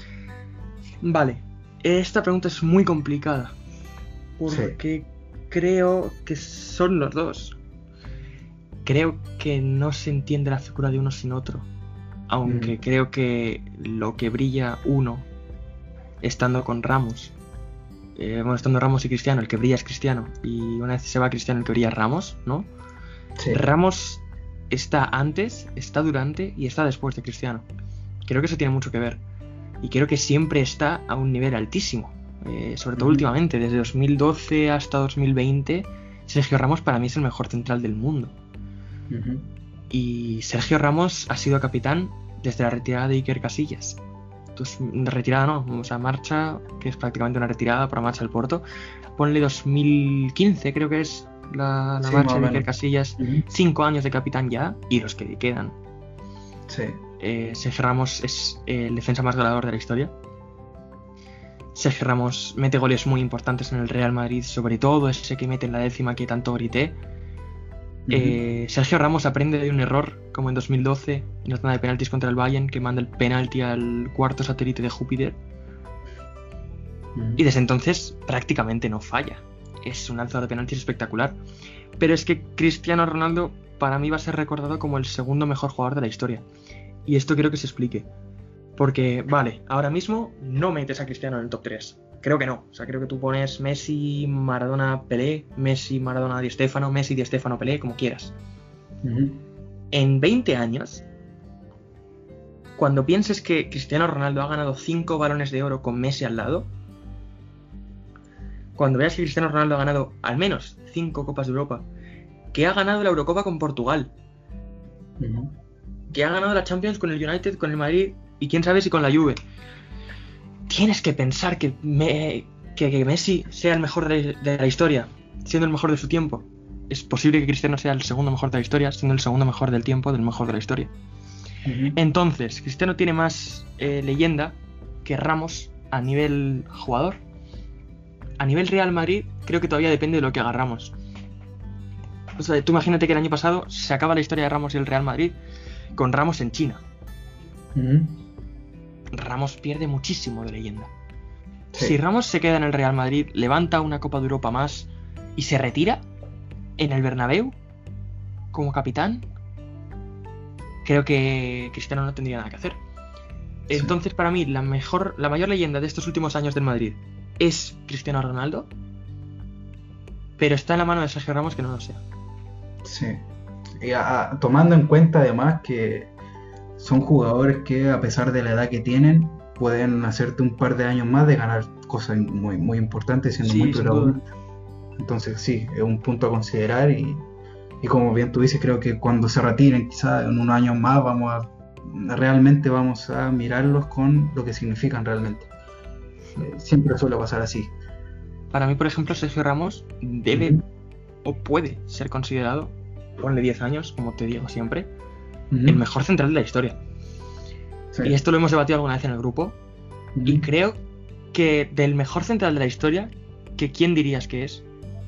Vale, esta pregunta es muy complicada, porque sí. creo que son los dos. Creo que no se entiende la figura de uno sin otro. Aunque mm. creo que lo que brilla uno estando con Ramos, eh, bueno, estando Ramos y Cristiano, el que brilla es Cristiano, y una vez se va Cristiano, el que brilla es Ramos, ¿no? Sí. Ramos está antes, está durante y está después de Cristiano. Creo que eso tiene mucho que ver. Y creo que siempre está a un nivel altísimo. Eh, sobre todo mm. últimamente, desde dos mil doce hasta dos mil veinte, Sergio Ramos para mí es el mejor central del mundo. Uh-huh. Y Sergio Ramos ha sido capitán desde la retirada de Iker Casillas. Entonces, retirada no, o sea, marcha, que es prácticamente una retirada para marcha al Porto. Ponle dos mil quince, creo que es la, la sí, marcha de Iker Casillas. Uh-huh. Cinco años de capitán ya, y los que quedan. Sí. Eh, Sergio Ramos es el defensa más goleador de la historia. Sergio Ramos mete goles muy importantes en el Real Madrid, sobre todo ese que mete en la décima que tanto grité. Eh, Sergio Ramos aprende de un error, como en dos mil doce, en la tanda de penaltis contra el Bayern, que manda el penalti al cuarto satélite de Júpiter. Uh-huh. Y desde entonces prácticamente no falla. Es un lanzador de penaltis espectacular. Pero es que Cristiano Ronaldo para mí va a ser recordado como el segundo mejor jugador de la historia. Y esto quiero que se explique. Porque, vale, ahora mismo no metes a Cristiano en el top tres. Creo que no, o sea, creo que tú pones Messi, Maradona, Pelé, Messi, Maradona, Di Stéfano, Messi, Di Stéfano, Pelé, como quieras. Uh-huh. En veinte años, cuando pienses que Cristiano Ronaldo ha ganado cinco balones de oro con Messi al lado, cuando veas que Cristiano Ronaldo ha ganado al menos cinco Copas de Europa, que ha ganado la Eurocopa con Portugal, uh-huh. que ha ganado la Champions con el United, con el Madrid y quién sabe si con la Juve, tienes que pensar que, me, que, que Messi sea el mejor de, de la historia, siendo el mejor de su tiempo. Es posible que Cristiano sea el segundo mejor de la historia, siendo el segundo mejor del tiempo del mejor de la historia. Uh-huh. Entonces, Cristiano tiene más eh, leyenda que Ramos a nivel jugador. A nivel Real Madrid, creo que todavía depende de lo que haga Ramos. O sea, tú imagínate que el año pasado se acaba la historia de Ramos y el Real Madrid con Ramos en China. Uh-huh. Ramos pierde muchísimo de leyenda. Sí. Si Ramos se queda en el Real Madrid, levanta una Copa de Europa más y se retira en el Bernabéu como capitán, creo que Cristiano no tendría nada que hacer. Sí. Entonces, para mí, la mejor, la mayor leyenda de estos últimos años del Madrid es Cristiano Ronaldo, pero está en la mano de Sergio Ramos que no lo sea. Sí. Y a- a- tomando en cuenta además que son jugadores que a pesar de la edad que tienen, pueden hacerte un par de años más de ganar cosas muy, muy importantes siendo Sí, muy sin protagonistas. Entonces sí, es un punto a considerar y, y como bien tú dices, creo que cuando se retiren, quizás en unos años más, vamos a realmente vamos a mirarlos con lo que significan realmente. Eh, siempre suele pasar así. Para mí, por ejemplo, Sergio Ramos debe Ujú. o puede ser considerado, ponle diez años, como te digo siempre, Ujú. el mejor central de la historia. Sí. Y esto lo hemos debatido alguna vez en el grupo. Ujú. Y creo que del mejor central de la historia, que ¿quién dirías que es?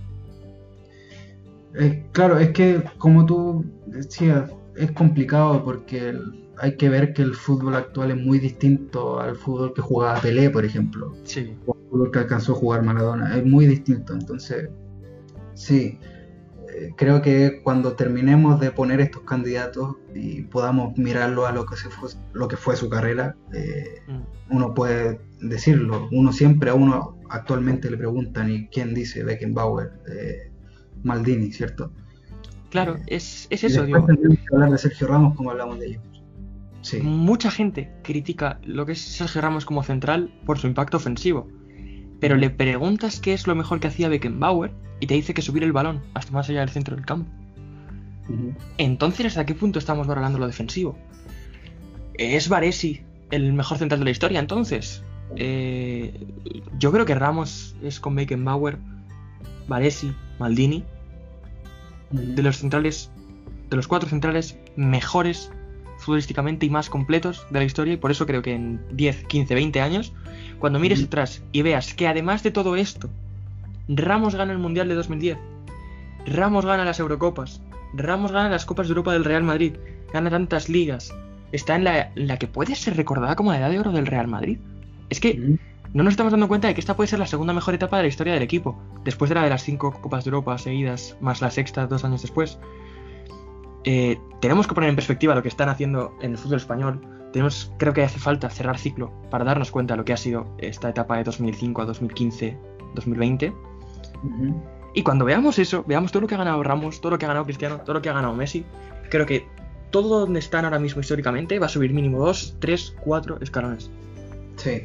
Eh, claro, es que como tú decías, es complicado porque el- hay que ver que el fútbol actual es muy distinto al fútbol que jugaba Pelé, por ejemplo, Sí. o al fútbol que alcanzó a jugar Maradona, es muy distinto. Entonces, sí, eh, creo que cuando terminemos de poner estos candidatos y podamos mirarlo a lo que, se fue, lo que fue su carrera, eh, Mm. uno puede decirlo. Uno siempre a uno actualmente le preguntan, ¿y quién dice Beckenbauer? Eh, Maldini, ¿cierto? Claro, Eh, es, es Y eso, después digo. tendríamos que hablar de Sergio Ramos como hablamos de ellos. Sí, Mucha gente critica lo que es Sergio Ramos como central por su impacto ofensivo. Pero le preguntas qué es lo mejor que hacía Beckenbauer y te dice que subir el balón hasta más allá del centro del campo. Ujú. Entonces, ¿hasta qué punto estamos valorando lo defensivo? ¿Es Baresi el mejor central de la historia entonces? Eh, yo creo que Ramos es con Beckenbauer, Baresi, Maldini, de los centrales, de los cuatro centrales mejores futbolísticamente y más completos de la historia, y por eso creo que en diez, quince, veinte años, cuando mires Ujú. atrás y veas que además de todo esto, Ramos gana el Mundial de dos mil diez, Ramos gana las Eurocopas, Ramos gana las Copas de Europa del Real Madrid, gana tantas ligas, está en la, en la que puede ser recordada como la edad de oro del Real Madrid. Es que Ujú. no nos estamos dando cuenta de que esta puede ser la segunda mejor etapa de la historia del equipo, después de la de las cinco Copas de Europa seguidas, más la sexta dos años después. Eh, tenemos que poner en perspectiva lo que están haciendo en el fútbol español. Tenemos, creo que hace falta cerrar ciclo para darnos cuenta de lo que ha sido esta etapa de dos mil cinco a dos mil quince, dos mil veinte. Ujú. Y cuando veamos eso, veamos todo lo que ha ganado Ramos, todo lo que ha ganado Cristiano, todo lo que ha ganado Messi, creo que todo donde están ahora mismo históricamente va a subir mínimo dos, tres, cuatro escalones. Sí.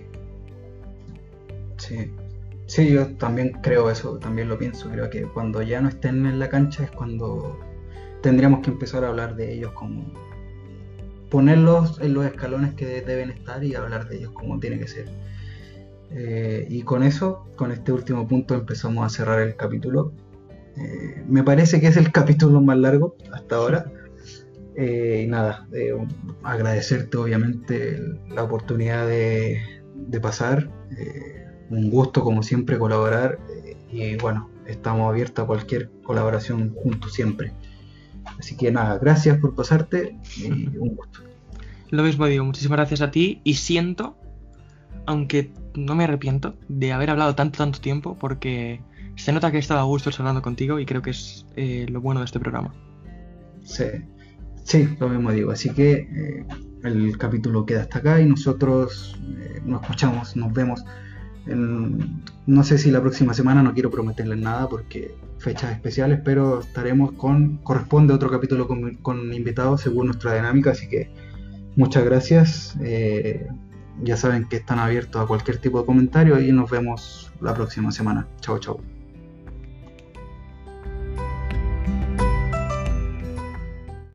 Sí. Sí, yo también creo eso, también lo pienso. Creo que cuando ya no estén en la cancha es cuando tendríamos que empezar a hablar de ellos como ponerlos en los escalones que de- deben estar y hablar de ellos como tiene que ser. Eh, y con eso, con este último punto empezamos a cerrar el capítulo. Eh, me parece que es el capítulo más largo hasta ahora. Eh, y nada, eh, agradecerte obviamente la oportunidad de, de pasar. Eh, un gusto como siempre colaborar. eh, y bueno, estamos abiertos a cualquier colaboración juntos siempre. Así que nada, gracias por pasarte y un gusto. Lo mismo digo, muchísimas gracias a ti y siento, aunque no me arrepiento de haber hablado tanto, tanto tiempo, porque se nota que he estado a gusto hablando contigo y creo que es eh, lo bueno de este programa. Sí, sí, lo mismo digo. Así que eh, el capítulo queda hasta acá y nosotros eh, nos escuchamos, nos vemos. En, no sé si la próxima semana, no quiero prometerles nada porque fechas especiales, pero estaremos con, corresponde otro capítulo con, con invitados según nuestra dinámica, así que muchas gracias. Eh, ya saben que están abiertos a cualquier tipo de comentario y nos vemos la próxima semana. Chao, chao.